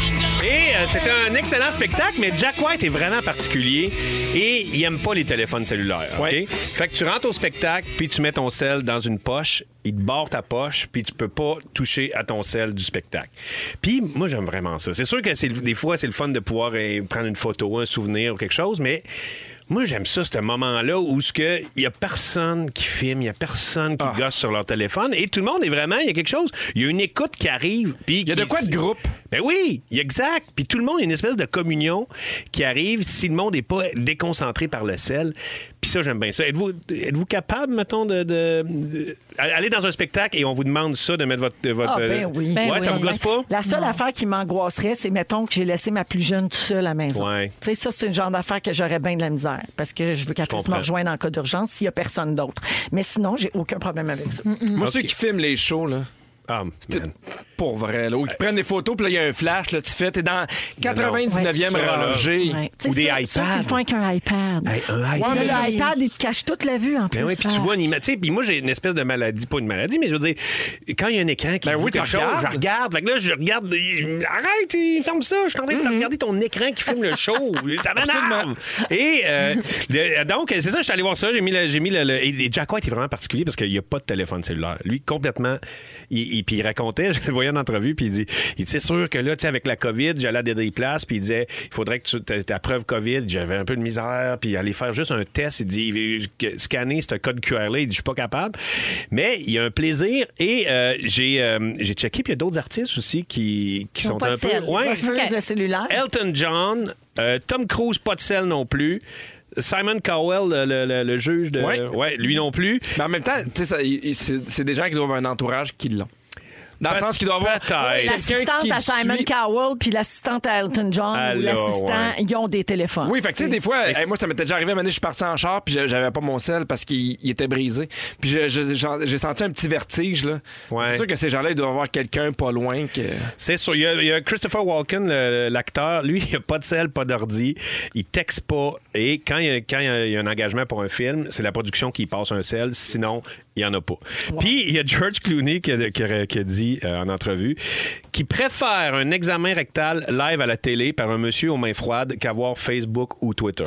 Et euh, c'était un excellent spectacle, mais Jack White est vraiment particulier et il aime pas les téléphones cellulaires. OK? Ouais. Fait que tu rentres au spectacle, puis tu mets ton sel dans une poche, il te barre ta poche, puis tu peux pas toucher à ton sel du spectacle. Puis moi, j'aime vraiment ça. C'est sûr que c'est, des fois, c'est le fun de pouvoir euh, prendre une photo, un souvenir ou quelque chose, mais... Moi, j'aime ça, ce moment-là où il n'y a personne qui filme, il n'y a personne qui Ah. gosse sur leur téléphone et tout le monde est vraiment, il y a quelque chose, il y a une écoute qui arrive. Il y a de quoi de groupe. Ben oui, exact. Puis tout le monde, il y a une espèce de communion qui arrive si le monde n'est pas déconcentré par le sel. Puis ça, j'aime bien ça. Êtes-vous, êtes-vous capable, mettons, de, de, de- aller dans un spectacle et on vous demande ça, de mettre votre... votre Ah, ben oui. Ben ouais, ça oui. vous gosse pas? La seule affaire qui m'angoisserait, c'est, mettons, que j'ai laissé ma plus jeune tout seul à la maison. Ouais. Tu sais, ça, c'est une genre d'affaire que j'aurais bien de la misère parce que je veux qu'elle puisse me comprends. rejoindre en cas d'urgence s'il n'y a personne d'autre. Mais sinon, j'ai aucun problème avec ça. Moi, Ok. ceux qui filment les shows, là. Ah, C'est man. pour vrai, là. Ou qui prennent des photos, puis là, il y a un flash, là, tu fais, t'es dans quatre-vingt-dix-neuvième Ouais, ça, là. rangée. Ouais. Tu sais, Ou des ça- ça, iPads. ils le font avec un iPad. Hey, un Là, iPad. mais ça, le iPad, il te cache toute la vue en plus. Ben oui, puis tu Ah. vois une image. Tu sais, puis moi, j'ai une espèce de maladie, pas une maladie, mais je veux dire, quand il y a un écran qui Ben joue oui, quelque tu chose, regardes. je regarde. Fait que là, je regarde. il- Arrête, il ferme ça. Je suis en train de Mm-hmm. regarder ton écran qui filme le show. Ça m'énerve. Et euh, le- donc, c'est ça, je suis allé voir ça. J'ai mis le. J'ai mis le, le- et Jack White est vraiment particulier parce qu'il n'y a pas de téléphone cellulaire. Lui, complètement. Il, il- puis il racontait, je le voyais en entrevue, puis il dit, il dit c'est sûr que là, tu sais, avec la COVID, j'allais à des places, puis il disait, il faudrait que tu aies ta preuve COVID. J'avais un peu de misère, puis aller faire juste un test. Il dit, que- scanner ce code Q R là, il dit, je suis pas capable. Mais il y a un plaisir et euh, j'ai, euh, j'ai checké, puis il y a d'autres artistes aussi qui, qui Qui ont sont pas un de peu. sel. Ouais. Refuse Ok. le cellulaire. Elton John, euh, Tom Cruise, pas de sel non plus. Simon Cowell, le, le- le- le juge de. Ouais. ouais, lui non plus. Mais en même temps, tu sais, ça- il- il- c'est c'est des gens qui doivent avoir un entourage qui l'ont. Dans le sens qu'il doit avoir Peut-être. quelqu'un L'assistante qui à Simon suit. Cowell puis l'assistante à Elton John Alors, ou l'assistant, ouais. ils ont des téléphones. Oui, fait que tu sais, des fois, hey, moi, ça m'était déjà arrivé, à un moment donné, je suis parti en char, puis j'avais pas mon sel parce qu'il il était brisé. Puis je- je- j'en- j'ai senti un petit vertige, là. Ouais. C'est sûr que ces gens-là, ils doivent avoir quelqu'un pas loin que. C'est sûr. Il y, a, il y a Christopher Walken, le- l'acteur. Lui, il n'a pas de sel, pas d'ordi. Il texte pas. Et quand il y a, quand il y a- il y a un engagement pour un film, c'est la production qui passe un sel. Sinon, il n'y en a pas. Puis, il y a George Clooney qui a, qui a- qui a dit euh, en entrevue qu'il préfère un examen rectal live à la télé par un monsieur aux mains froides qu'avoir Facebook ou Twitter.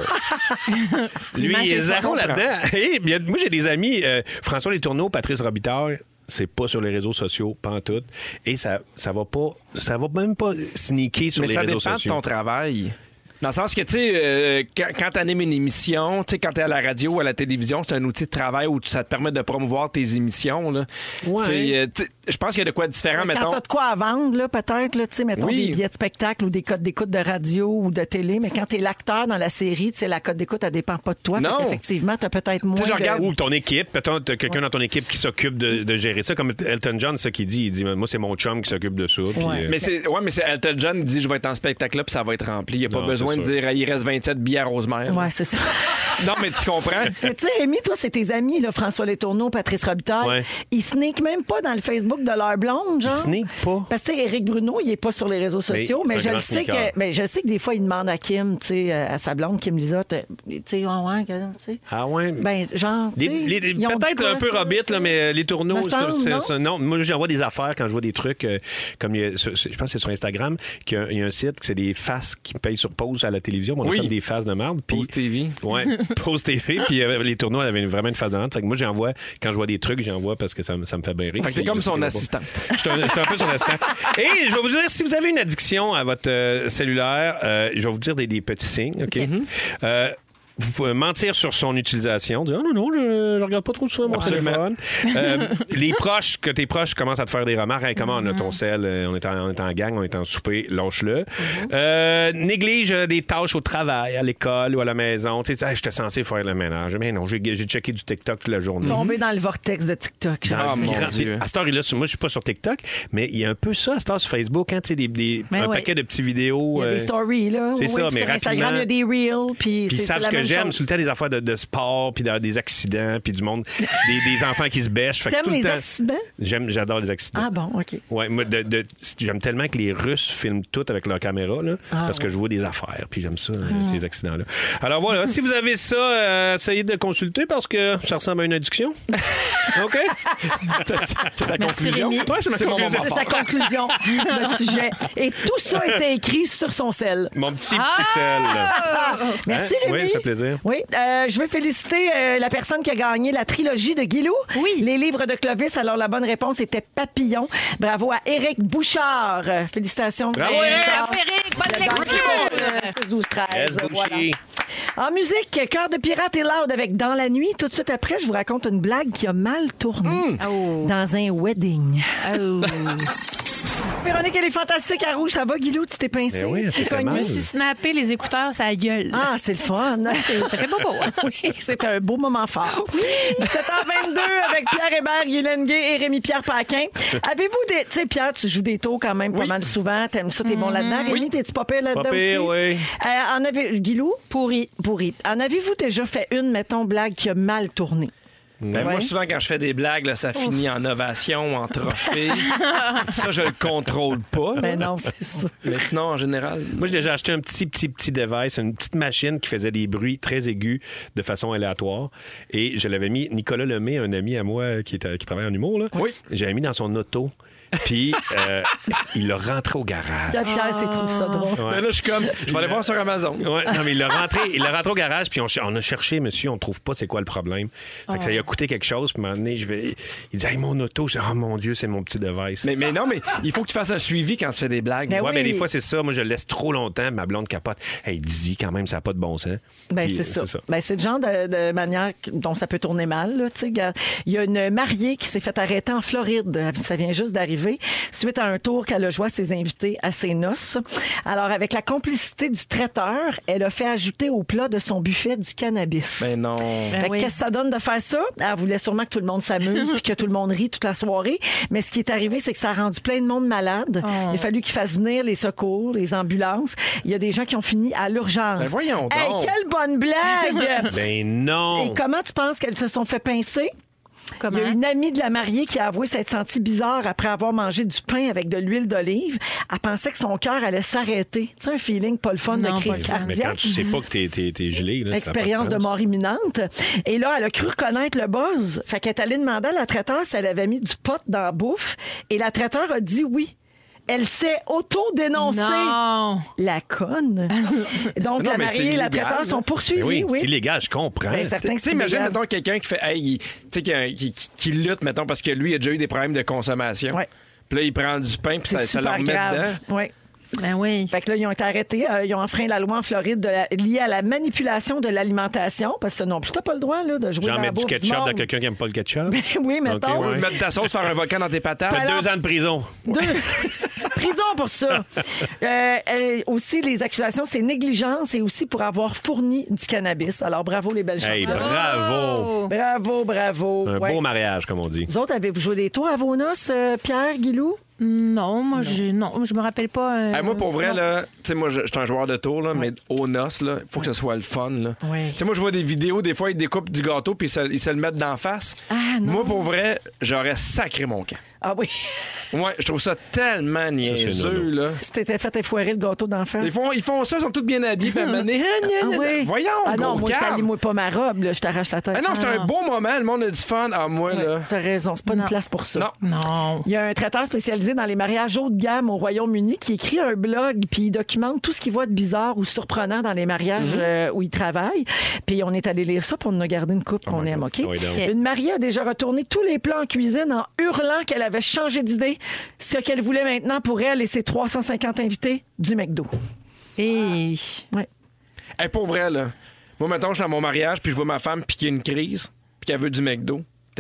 Lui, L'image il est est zéro forte. là-dedans. Et, bien, moi, j'ai des amis, euh, François Letourneau, Patrice Robitaille. C'est pas sur les réseaux sociaux, pas en tout. Et ça, ça va pas, ça va même pas sneaker sur Mais les ça réseaux dépend de sociaux. ton travail. Dans le sens que, tu sais, euh, quand, quand tu animes une émission, tu sais, quand tu es à la radio ou à la télévision, c'est un outil de travail où tu- ça te permet de promouvoir tes émissions. Là. Ouais. C'est, euh, tu sais, je pense qu'il y a de quoi de différent, Quand mettons. t'as de quoi à vendre, là, peut-être, là, tu sais, mettons Oui. des billets de spectacle ou des codes d'écoute de radio ou de télé, mais quand t'es l'acteur dans la série, tu sais, la cote d'écoute, elle dépend pas de toi. Non. Fait qu'effectivement, t'as peut-être moins sais, je regarde de... Ou ton équipe, peut-être t'as quelqu'un dans ton équipe qui s'occupe de, de gérer ça, comme Elton John, c'est ça qu'il dit. Il dit, moi, c'est mon chum qui s'occupe de ça. Puis, Ouais. euh, Mais c'est, ouais, mais c'est Elton John qui dit je vais être en spectacle là puis ça va être rempli. Il n'y a pas Non, besoin c'est de sûr. dire il reste vingt-sept billets à Rosemère. Ouais, c'est ça. Non, mais tu comprends? Mais tu sais, Rémi, toi, c'est tes amis, là, François Letourneau, Patrice Robitaille. Ouais. Ils sneakent même pas dans le Facebook de leur blonde, genre. Ils sneakent pas. Parce que, tu sais, Éric Bruno, il est pas sur les réseaux sociaux, Mais mais, c'est un je grand le sais sneaker. que, mais je sais que des fois, il demande à Kim, tu sais, à sa blonde, Kim Lizotte, tu sais, ouais, ouais, que- tu sais. Ah ouais? Ben, genre, tu Les- sais, les- ils ont dit peut-être quoi, un peu ça, Robit, tu sais? là, mais les tourneaux, Me c'est- semble, c'est- non? c'est- non. Moi, j'envoie des affaires quand je vois des trucs, euh, comme il y a- sur- je pense que c'est sur Instagram, qu'il y a, il y a un site, que c'est des faces qui payent sur pause à la télévision. mais On Oui. a comme des faces de merde. puis- Pause T V. Ouais, Pause T V. Puis euh, les tourneaux, elle avait vraiment une face de merde. Fait que moi, j'envoie, quand je vois des trucs, j'envoie parce que ça, me- ça me fait bien rire. Fait que t'es comme Je sais son pas. assistante. Je suis un, je suis un peu son assistant. Et je vais vous dire, si vous avez une addiction à votre euh, cellulaire, euh, je vais vous dire des, des petits signes, OK? Euh, vous pouvez mentir sur son utilisation. Dire, oh non, non, je, je regarde pas trop souvent mon Absolument. téléphone. Euh, les proches, que tes proches commencent à te faire des remarques. Hey, comment on a ton sel? Euh, On est, en, on est en gang, on est en souper, lâche-le. Euh, néglige euh, des tâches au travail, à l'école ou à la maison. Tu sais, hey, je suis censé faire le ménage. Mais non, j'ai, j'ai checké du TikTok toute la journée. Tomber dans le vortex de TikTok. je Ah, sais. mon Grand- Dieu. À cette heure-là, moi, je suis pas sur TikTok, mais il y a un peu ça à cette heure sur Facebook, hein, tu sais, des, des- Ben un oui. paquet de petites vidéos. Il y a euh, des stories, là. c'est Oui, ça, puis mais sur Instagram, il y a rapidement- des reels, puis Puis ils c'est savent c'est ce la que même j'aime chose. tout le temps des affaires de, de sport, puis de- des accidents, puis du monde, des, des enfants qui se bêchent. Fait que T'aimes tout le les temps- accidents? J'aime, j'adore les accidents. Ah bon, OK. Ouais, moi, de- de- j'aime tellement que les Russes filment tout avec leur caméra, là, Ah, parce que ouais. je vois des affaires, puis j'aime ça, euh, ces accidents-là. Alors voilà, si vous avez ça, euh, essayez de consulter parce que ça ressemble à une addiction. OK? C'est la Merci, conclusion. Rémi. Ouais, c'est ma C'est mon conclusion. moment C'est sa conclusion de sujet. Et tout ça a été écrit sur son sel. Mon petit, petit sel. Merci, Hein? Rémi. Oui, ça fait plaisir. Oui, euh, je veux féliciter euh, la personne qui a gagné la trilogie de Guilou. Oui. Les livres de Clovis. Alors, la bonne réponse était Papillon. Bravo à Éric Bouchard. Euh, Félicitations. Bravo, Éric Éric. Bravo, Éric. Bonne lecture. six douze treize. Yes, Voilà. Gucci. En musique, Cœur de pirate et loud avec Dans la nuit. Tout de suite après, je vous raconte une blague qui a mal tourné Oh. dans un wedding. Oh. Véronique, elle est fantastique à rouge. Ça va, Guilou? Tu t'es pincé? Ben oui, elle Tu t'es s'est fait cogné? mal. Je me suis snappé les écouteurs, ça gueule. Ah, c'est le fun. Ça fait bobo. hein? Oui, c'est un beau moment fort. sept heures vingt-deux avec Pierre Hébert, Guylaine Gay et Rémi-Pierre Paquin. Avez-vous des... Tu sais, Pierre, tu joues des tours quand même pas mal souvent. T'aimes ça, t'es bon là-dedans. Rémi, t'es-tu pas pire là-dedans Pas pire, aussi? oui. Euh, en avez... Guilou? Pourri. Pourri. En avez-vous déjà fait une, mettons, blague qui a mal tourné? Ben, Ouais. Moi, souvent, quand je fais des blagues, là, ça finit en ovation, en trophée. Ça, je le contrôle pas. là. Ben non, c'est ça. Mais sinon, en général, Moi, j'ai déjà acheté un petit, petit, petit device, une petite machine qui faisait des bruits très aigus de façon aléatoire. Et je l'avais mis, Nicolas Lemay, un ami à moi qui, est, qui travaille en humour, là. Oui. J'avais mis dans son auto. Puis, euh, il l'a rentré au garage. La Pierre, c'est trouve ça drôle. Ouais. ben là, je suis comme, je vais aller voir sur Amazon. Ouais, non, mais il l'a rentré, il l'a rentré au garage, puis on, ch- on a cherché, monsieur, on trouve pas c'est quoi le problème. Fait que ça lui a coûté quelque chose, puis à un moment donné, je vais. Il dit, hey, mon auto, je dis, oh mon Dieu, c'est mon petit device. Mais, mais non, mais il faut que tu fasses un suivi quand tu fais des blagues. Ben ouais, oui. mais des fois, c'est ça. Moi, je le laisse trop longtemps, ma blonde capote. Hey, dis quand même, ça n'a pas de bon sens. Ben, Puis, c'est euh, ça. Ben, c'est le genre de, de manière dont ça peut tourner mal. Là, tu sais. Gars. Il y a une mariée qui s'est fait arrêter en Floride. Ça vient juste d'arriver. Suite à un tour qu'elle a joué à ses invités à ses noces. Alors, avec la complicité du traiteur, elle a fait ajouter au plat de son buffet du cannabis. Ben non. Fait que oui. qu'est-ce que ça donne de faire ça? Elle voulait sûrement que tout le monde s'amuse puis que tout le monde rit toute la soirée. Mais ce qui est arrivé, c'est que ça a rendu plein de monde malade. Il a fallu qu'il fasse venir les secours, les ambulances. Il y a des gens qui ont fini à l'urgence. Ben voyons Hey, donc. quelle bonne blague! Ben non! Et comment tu penses qu'elles se sont fait pincer? Comment? Il y a une amie de la mariée qui a avoué s'être sentie bizarre après avoir mangé du pain avec de l'huile d'olive. Elle pensait que son cœur allait s'arrêter. Tu sais, un feeling pas le fun Non, de pas crise le fun. Mais quand cardiaque. tu sais pas que t'es, t'es, t'es gelé, là, ça a pas Expérience de sens. mort imminente. Et là, elle a cru reconnaître le buzz. Fait qu'elle est allée demander à la traiteur si elle avait mis du pot dans la bouffe. Et la traiteur a dit oui. Elle s'est auto-dénoncée. Non. La conne. Donc, Non, la mais c'est mariée et la illégal, traiteur là. sont poursuivis. Ben oui, oui. c'est illégal, je comprends. Ben, certain que Tu sais, c'est imagine, illégal. mettons, quelqu'un qui fait, hey, il- tu sais, qui, qui, qui- qui lutte, mettons, parce que lui, il a déjà eu des problèmes de consommation. Ouais. Puis là, il prend du pain, puis C'est ça, ça leur super met grave. dedans. Oui. Ben oui. Fait que là, ils ont été arrêtés. euh, ils ont enfreint la loi en Floride de la- liée à la manipulation de l'alimentation. Parce que non plus, t'as pas le droit là, de jouer J'en dans mets la du bouffe ketchup monde. dans quelqu'un qui aime pas le ketchup. Oui, mettons. Ok, ouais. Mettre ta sauce, faire un volcan dans tes patates. T'as deux ans de prison. Deux. Prison pour ça. Euh, euh, aussi, les accusations, c'est négligence et aussi pour avoir fourni du cannabis. Alors, bravo les belles Hey, chansons. bravo! Oh. Bravo, bravo. Un Ouais. beau mariage, comme on dit. Vous autres, avez-vous joué des tours à vos noces, euh, Pierre, Guilou? Non, moi, je non, je me rappelle pas. euh, Hey, moi, pour vrai, non. là, tu sais, moi, je je suis un joueur de tour, là, mais aux noces, là, il faut que ce soit le fun, là. Oui. Tu sais, moi, je vois des vidéos, des fois, ils découpent du gâteau puis ils se, ils se le mettent d'en face. Ah, non. Moi, pour vrai, j'aurais sacré mon camp. Ah oui. Ouais, je trouve ça tellement niaiseux, nono. là. Si t'étais fait effoirer le gâteau d'enfance. Ils font, ils font ça, ils sont tous bien habillés, puis à un moment donné, Ah oui. voyons, Ah non, gros moi, cave. salis-moi pas ma robe, là, je t'arrache la tête. Ah non, c'est Ah, un beau moment, le monde a du fun. Ah, moi, Ouais, là. t'as raison, c'est pas une place pour ça. Non. Non. Il y a un traiteur spécialisé dans les mariages haut de gamme au Royaume-Uni qui écrit un blog puis il documente tout ce qu'il voit de bizarre ou surprenant dans les mariages euh, où il travaille. Puis on est allé lire ça pour nous garder une coupe qu'on aime, OK? Oui, donc. Une mariée a déjà retourné tous les plats en cuisine en hurlant qu'elle avait changé d'idée. Ce qu'elle voulait maintenant pour elle et ses trois cent cinquante invités, du McDo. Et... Ouais. Hey, pour vrai, là. Moi, mettons, je suis à mon mariage, puis je vois ma femme piquer une crise, puis qu'elle veut du McDo. Terminé.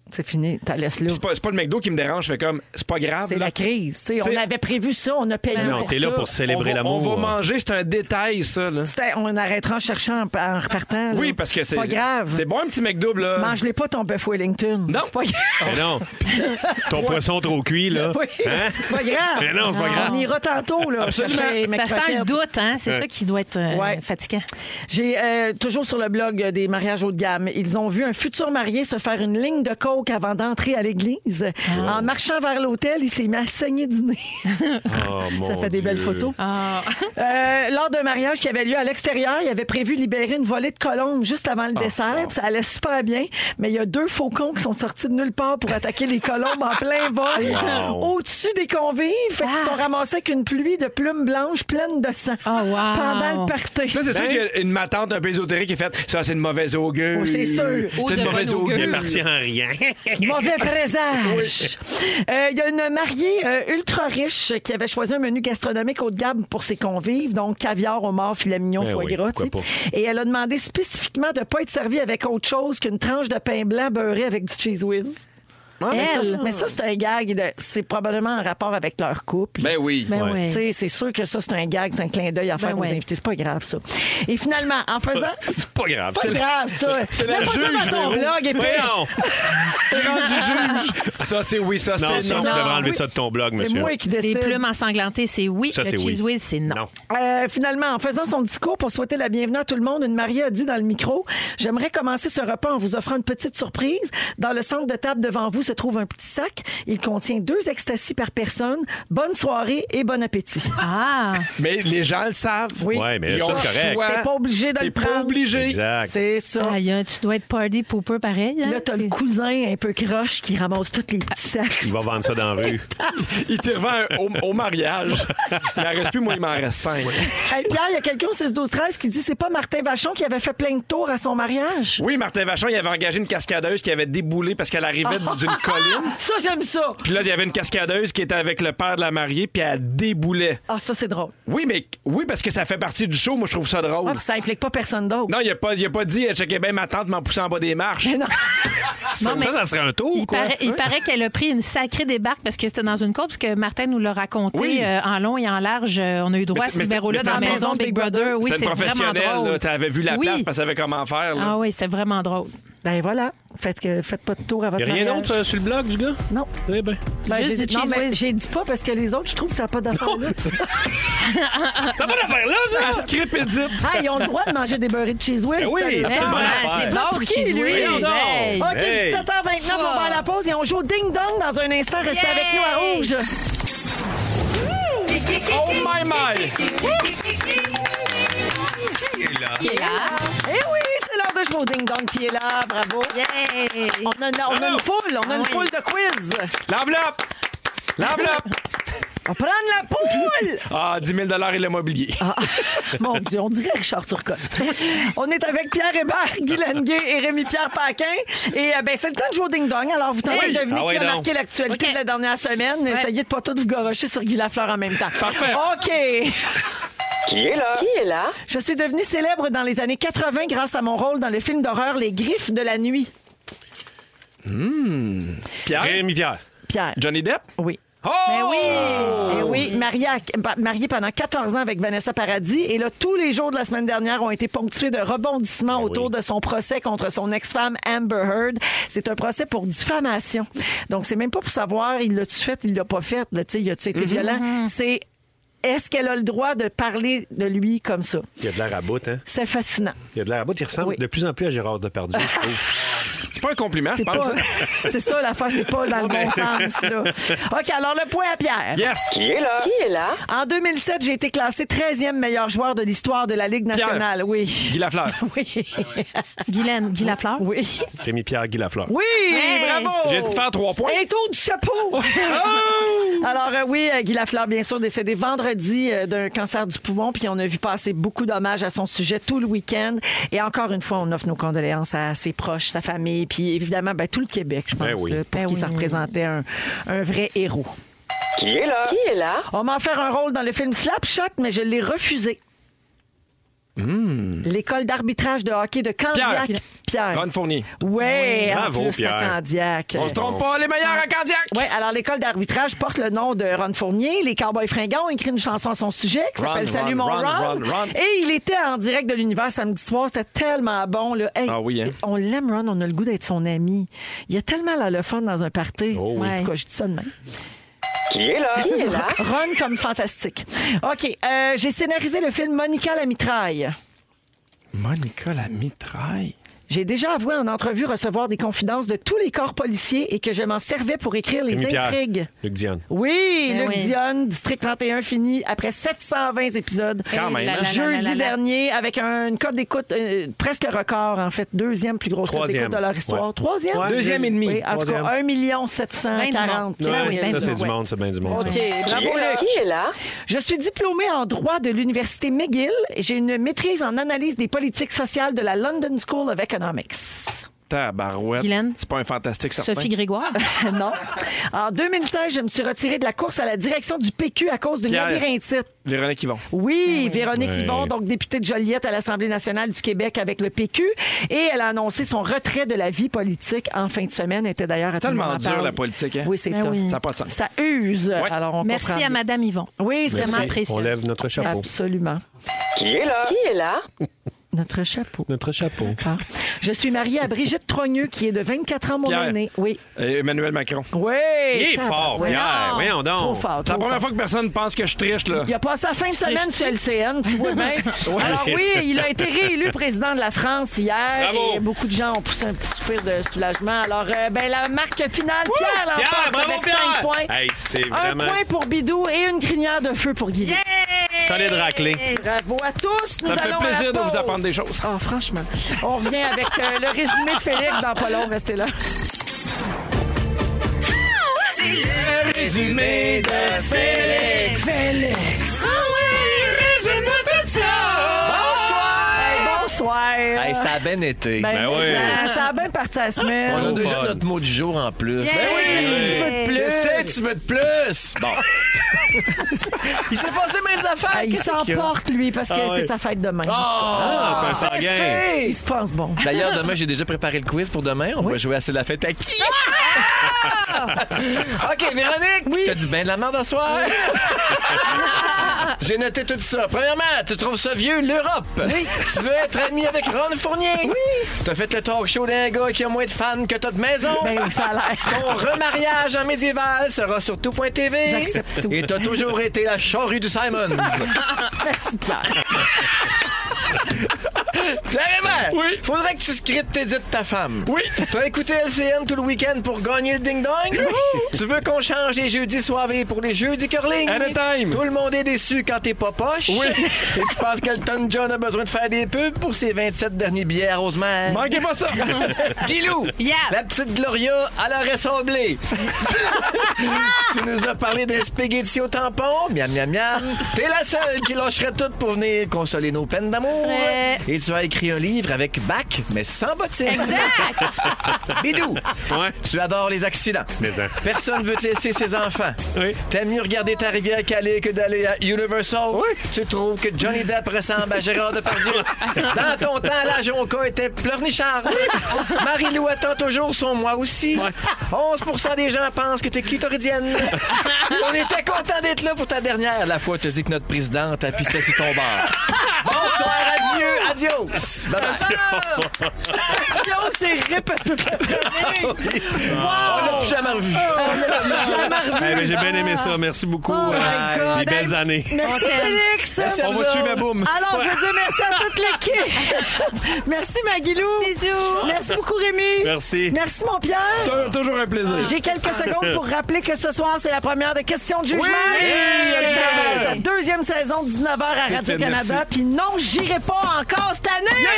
C'est fini, t'as laisse là. C'est pas, c'est pas le McDo qui me dérange, je fais comme, c'est pas grave. C'est là. la crise. T'sais, T'sais, on avait prévu ça, on a payé Non, pour t'es ça. là pour célébrer on va, l'amour. on va manger, c'est un détail, ça. Là. C'était- On arrêtera en cherchant en, en repartant. là. Oui, parce que c'est pas grave. C'est bon un petit McDo, là. Mange-les pas ton bœuf Wellington. Non. C'est pas grave. Mais non. Ton poisson trop cuit, là. Oui, Hein? c'est pas grave. Mais non, c'est pas grave. On ira tantôt, là. Absolument. chercher mes Ça sent le croquettes. doute, hein? C'est ça qui doit être euh, Ouais. fatigant. J'ai euh, toujours sur le blog euh, des mariages haut de gamme. Ils ont vu un futur marié se faire une ligne de coke avant d'entrer à l'église. En marchant vers l'hôtel, il s'est mis à saigner du nez. Oh, mon Ça fait des belles Dieu. photos. Ah. Euh, lors d'un mariage qui avait lieu à l'extérieur, il avait prévu libérer une volée de colombes juste avant le dessert. Ça allait super bien, mais il y a deux faucons qui sont sortis de nulle part pour attaquer les colombes en plein vol Wow. au-dessus des convives. Fait qu'ils se sont ramassés avec une pluie de plumes blanches pleines de sang Oh, wow. pendant le party. Là, c'est sûr Ben- qu'il y a une matante un peu ésotérique qui est faite. Ça, c'est une mauvaise augure. Oh, c'est sûr. Eau C'est de une mauvaise bonne augure. Il est augure. parti en rien. Mauvais présage. Euh, Il y a une mariée euh, ultra riche qui avait choisi un menu gastronomique haut de gamme pour ses convives, donc caviar, homard, filet mignon, Ben foie oui, gras. pourquoi tu sais. Et elle a demandé spécifiquement de ne pas être servie avec autre chose qu'une tranche de pain blanc beurré avec du cheese whiz. Mais ça, Elle. mais ça, c'est un gag. de- C'est probablement en rapport avec leur couple. Ben oui. Ben Ouais. oui. Tu sais, c'est sûr que ça, c'est un gag, c'est un clin d'œil à faire Ben aux ouais. invités. C'est pas grave, ça. Et finalement, en faisant. C'est pas grave. Pas C'est grave, ça. c'est la Mets pas ça juge, dans ton Véro. blog, et puis- Voyons. T'es rendu juge. Ça, c'est oui, ça, Non, c'est ça, non. tu non. devrais enlever Oui. ça de ton blog, C'est monsieur. moi qui Les décide. plumes ensanglantées, c'est oui. Ça, le c'est cheese oui. whiz, c'est non. Non. Euh, finalement, en faisant son discours pour souhaiter la bienvenue à tout le monde, une mariée a dit dans le micro « J'aimerais commencer ce repas en vous offrant une petite surprise. Dans le centre de table devant vous se trouve un petit sac. Il contient deux ecstasy par personne. Bonne soirée et bon appétit. Ah! Mais les gens le savent. Oui. Ouais, mais Ils ça, ont c'est le correct. choix. T'es pas obligé de T'es le pas prendre. obligé. Exact. C'est ça. Ah, y a- tu dois être party pooper pareil. Puis hein? là, t'as le cousin un peu croche qui ramasse tous les petits sacs. Il va vendre ça dans la rue. Il te revend un- au, au mariage. Il en reste plus, moi, il m'en reste cinq. Hey, Pierre, il y a quelqu'un au six douze treize qui dit c'est pas Martin Vachon qui avait fait plein de tours à son mariage? Oui, Martin Vachon, il avait engagé une cascadeuse qui avait déboulé parce qu'elle arrivait d'une colline. Ça, j'aime ça. Puis là, il y avait une cascadeuse qui était avec le père de la mariée, puis elle déboulait. Ah, ça, c'est drôle. Oui, mais oui, parce que ça fait partie du show. Moi, je trouve ça drôle. Ah, puis ça implique pas personne d'autre. Non, il a pas, il a pas dit, checkez bien, ma tante m'a poussé en bas des marches. Mais non. Ça, mais- ça, ça serait un tour, Il quoi? paraît, il paraît qu'elle a pris une sacrée débarque parce que c'était dans une course que Martin nous l'a raconté Oui. euh, en long et en large. Euh, on a eu droit Mais à ce mais numéro-là c'était- dans la mais maison c'était Big Big Brother. Oui, C'était c'est une vraiment professionnelle, drôle. là. T'avais vu la Oui. place, parce qu'elle savait comment faire. Là. Ah oui, c'était vraiment drôle. Ben voilà. Faites, que, faites pas de tour à votre Il n'y a rien mariage. d'autre euh, sur le blog du gars? Non. Eh ben. Ben, Juste j'ai du non, cheese mais whiz. j'ai dit pas parce que les autres, je trouve que ça n'a pas d'affaire là. Ça va l'affaire là, Ah, ça? script edit. Ah, ils ont le droit de manger des beurrés de cheese whiz. Ben oui, ça, les absolument. gens. bonne Ah, affaire. c'est bon, le Qui, cheese lui? whiz. Voyons donc. Hey. OK, Hey. dix-sept heures vingt-neuf, on va à la pause et on joue au ding-dong dans un instant. Restez Yeah. avec nous à Rouge. Oh my my! Qui est là? Eh oui, c'est l'heure de jouer au ding-dong qui est là. Bravo. Yeah. On a, on a une foule, on a une Oui. foule de quiz. L'enveloppe! L'enveloppe! On va prendre la poule. Ah, dix mille et le mobilier. Mon Dieu, on dirait Richard Turcotte. On est avec Pierre Hébert, Guy Lenguet et Rémi-Pierre Paquin. Et euh, ben, c'est le temps de jouer au ding-dong. Alors, vous tentez Oui. de deviner Ah qui ouais, a donc. marqué l'actualité OK. de la dernière semaine. Essayez de pas tout vous garocher sur Guy Lafleur en même temps. Parfait. OK. Qui est là? Qui est là? Je suis devenue célèbre dans les années quatre-vingt grâce à mon rôle dans le film d'horreur Les Griffes de la nuit. Pierre? Rémi Pierre. Pierre. Johnny Depp? Oui. Oh! Ben oui. Eh oui, marié, à- marié pendant quatorze ans avec Vanessa Paradis. Et là, tous les jours de la semaine dernière ont été ponctués de rebondissements autour oui. de son procès contre son ex-femme Amber Heard. C'est un procès pour diffamation. Donc, c'est même pas pour savoir il l'a-tu fait, il l'a pas fait. Là, tu sais, il a-tu été violent? C'est est-ce qu'elle a le droit de parler de lui comme ça? Il a de l'air à bout, hein? C'est fascinant. Il a de l'air à bout. Il ressemble Oui. de plus en plus à Gérard Depardieu, je trouve. C'est pas un compliment, je C'est pense. pas, hein? c'est ça l'affaire, c'est pas dans le bon sens. Là. OK, alors le point à Pierre. Yes! Qui est là? Qui est là? En deux mille sept, j'ai été classé treizième meilleur joueur de l'histoire de la Ligue nationale. Oui. Guy Lafleur. Oui. Guylaine, Guy Lafleur. Oui. Rémi Pierre, Guy Lafleur. Oui, Hey! bravo. J'ai dû te faire trois points. Un tour du chapeau. Alors euh, oui, euh, Guy Lafleur, bien sûr, décédé vendredi euh, d'un cancer du poumon, puis on a vu passer beaucoup d'hommages à son sujet tout le week-end. Et encore une fois, on offre nos condoléances à ses proches, sa famille, puis évidemment, ben, tout le Québec, je pense, Ben oui. là, pour Ben qui oui. ça représentait un, un vrai héros. Qui est là? Qui est là? On m'a offert un rôle dans le film Slapshot, mais je l'ai refusé. L'école d'arbitrage de hockey de Candiac. Pierre. Pierre? Ron Fournier. Ouais, en Bravo, plus, Pierre. à Candiac. On se trompe pas, les meilleurs à Candiac! Oui, alors l'école d'arbitrage porte le nom de Ron Fournier. Les Cowboys fringants ont écrit une chanson à son sujet qui Ron, s'appelle Salut Ron, mon Ron, Ron. Ron, Ron. Et il était en direct de l'univers samedi soir. C'était tellement bon. Là. Hey, Ah oui, hein? On l'aime, Ron. On a le goût d'être son ami. Il y a tellement là, le fun dans un party. Oh oui. En tout cas, je dis ça de même. Qui est là? Qui est là? Ron comme fantastique. OK. euh, j'ai scénarisé le film Monica la mitraille. Monica la mitraille. J'ai déjà avoué en entrevue recevoir des confidences de tous les corps policiers et que je m'en servais pour écrire les Rémi Pierre. intrigues. Luc Dionne. Oui, Ben Luc oui. Dionne, District trente et un fini après sept cent vingt épisodes. Quand même, hein? Jeudi dernier, avec un, une cote d'écoute euh, presque record, en fait. Deuxième plus grosse cote Troisième. d'écoute de leur histoire. Ouais. Troisième? Ouais. Deuxième et demi. Oui, en tout cas, Troisième. un million sept cent quarante. Ben du monde. Ah Ouais, oui, ben ça, du c'est monde. du monde, c'est bien du monde, OK, ça. bravo, Qui est là? Luc. Qui est là? Je suis diplômée en droit de l'Université McGill et j'ai une maîtrise en analyse des politiques sociales de la London School of Economics. Tabarouette. Guylaine? C'est pas un fantastique, certain. Sophie Grégoire. Non. En deux mille seize, je me suis retirée de la course à la direction du P Q à cause d'une Pierre. labyrinthite. Véronique Yvon. Oui, Véronique Oui. Yvon, donc députée de Joliette à l'Assemblée nationale du Québec avec le P Q. Et elle a annoncé son retrait de la vie politique en fin de semaine. Elle était d'ailleurs à C'est tellement Tout le monde en dur, parle. la politique, hein? Oui, c'est Ben tough. oui. Ça n'a pas de sens. Ça use. Alors, on Merci comprend à bien. Madame Yvon. Oui, c'est Merci. vraiment précieuse. On lève notre chapeau. Absolument. Qui est là? Qui est là? Notre chapeau. Notre chapeau. Ah. Je suis mariée à Brigitte Trogneux, qui est de vingt-quatre ans, mon Pierre. aînée. Oui. Euh, Emmanuel Macron. Oui. Il est fort, Oui. Pierre. Voyons donc. Trop fort. C'est la trop première fort. fois que personne pense que je triche, là. Il a passé la fin de semaine triches-tu? sur L C N, tu vois bien. Alors oui, il a été réélu président de la France hier. Bravo. Et beaucoup de gens ont poussé un petit soupir de soulagement. Alors, euh, ben, la marque finale, Pierre Pierre, l'emporte bravo, avec Pierre. cinq points. Hey, c'est Un vraiment point pour Bidou et une crinière de feu pour Guy. solide raclé. Bravo à tous. Nous Ça me fait allons à la plaisir de vous pause. apprendre des choses. Ah, franchement. On revient avec euh, le résumé de Félix dans pas long. Restez là. C'est le Résumé de Félix. Félix. Ah oui, résume-moi tout ça. Hey, bonsoir. Hey, ça a bien été. Ben, Ben oui. ça, ça a bien parti la semaine. On a Oh, déjà fun. notre mot du jour en plus. Ben oui, qu'est-ce que tu veux de plus? Qu'est-ce que tu veux de plus? Bon. Il s'est passé mes affaires. Ah, il Qu'est-ce qu'il y a? s'emporte, lui, parce que Ah ouais. c'est sa fête demain. Ah, c'est un sanguin. c'est- Il se pense bon. D'ailleurs, demain, j'ai déjà préparé le quiz pour demain. On va jouer à C'est la fête à qui? OK, Véronique, Oui. t'as dit bien de la merde ce soir. J'ai noté tout ça. Premièrement, tu trouves ça vieux, l'Europe. Oui. Tu veux être ami avec Ron Fournier. Oui. T'as fait le talk show d'un gars qui a moins de fans que t'as de maison. Ben, ça a l'air. Ton remariage en médiéval sera sur tout point T V. J'accepte tout. Et t'as toujours été la charrue du Simons. Merci, Pierre. Clairement! Oui! Faudrait que tu scriptes tes dites de ta femme. Oui. T'as écouté L C N tout le week-end pour gagner le ding-dong? Tu veux qu'on change les jeudis soirées pour les jeudis curling? Anytime. Tout le monde est déçu quand t'es pas poche. Oui. Et tu penses qu'Elton John a besoin de faire des pubs pour ses vingt-sept derniers billets à Rosemère? Manquez pas ça. Guilou! Yeah. La petite Gloria, elle aurait sablé. Tu nous as parlé d'un spaghetti au tampon. Miam, miam, miam. T'es la seule qui lâcherait tout pour venir consoler nos peines d'amour. Ouais. Et tu as écrit un livre avec bac, mais sans bottine. Exact. Bidou, Ouais. tu adores les accidents. Mais hein. Personne veut te laisser ses enfants. Oui. T'aimes mieux regarder ta rivière calée que d'aller à Universal. Oui. Tu trouves que Johnny Depp ressemble à Gérard Depardieu. Dans ton temps, la Jonca était pleurnicharde. Marie-Lou attend toujours son moi aussi. onze pour cent des gens pensent que t'es clitoridienne. On était content d'être là pour ta dernière. La fois, tu as dit que notre présidente a pissé sur ton bar. Bonsoir, adieu, adios. Bye bye. On s'est répété toute la journée. On l'a plus jamais revu. Hey, mais j'ai bien aimé ça. Merci beaucoup. Oh my Euh, God. les belles années. Merci, t'aime. Félix. Merci à On vous va tuer autres. ma boum. Alors, je veux dire merci à toute l'équipe. Merci, Maguilou. Bisous. Merci beaucoup, Rémi. Merci. Merci, mon Pierre. Tou- Toujours un plaisir. J'ai quelques secondes pour rappeler que ce soir, c'est la première de Questions de jugement. Oui! C'est la deuxième saison, dix-neuf heures à Christine, Radio-Canada. merci. Puis non, j'irai pas encore cette année!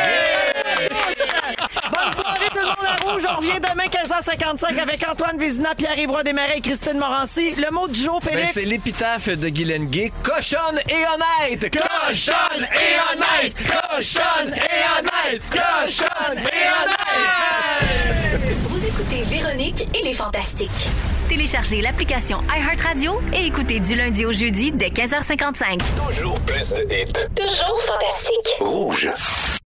Bonne soirée, tout le monde à rouge. On revient demain, quinze heures cinquante-cinq, avec Antoine Vézina, Pierre-Yves Desmarais et Christine Morancy. Le mot du jour, Ben, Félix? c'est l'épitaphe de Guylaine Gay. Cochonne et honnête! Cochonne et honnête! Cochonne et honnête! Cochonne et honnête! Vous écoutez Véronique et les Fantastiques. Téléchargez l'application iHeartRadio et écoutez du lundi au jeudi dès quinze heures cinquante-cinq. Toujours plus de hits. Toujours fantastique. Rouge.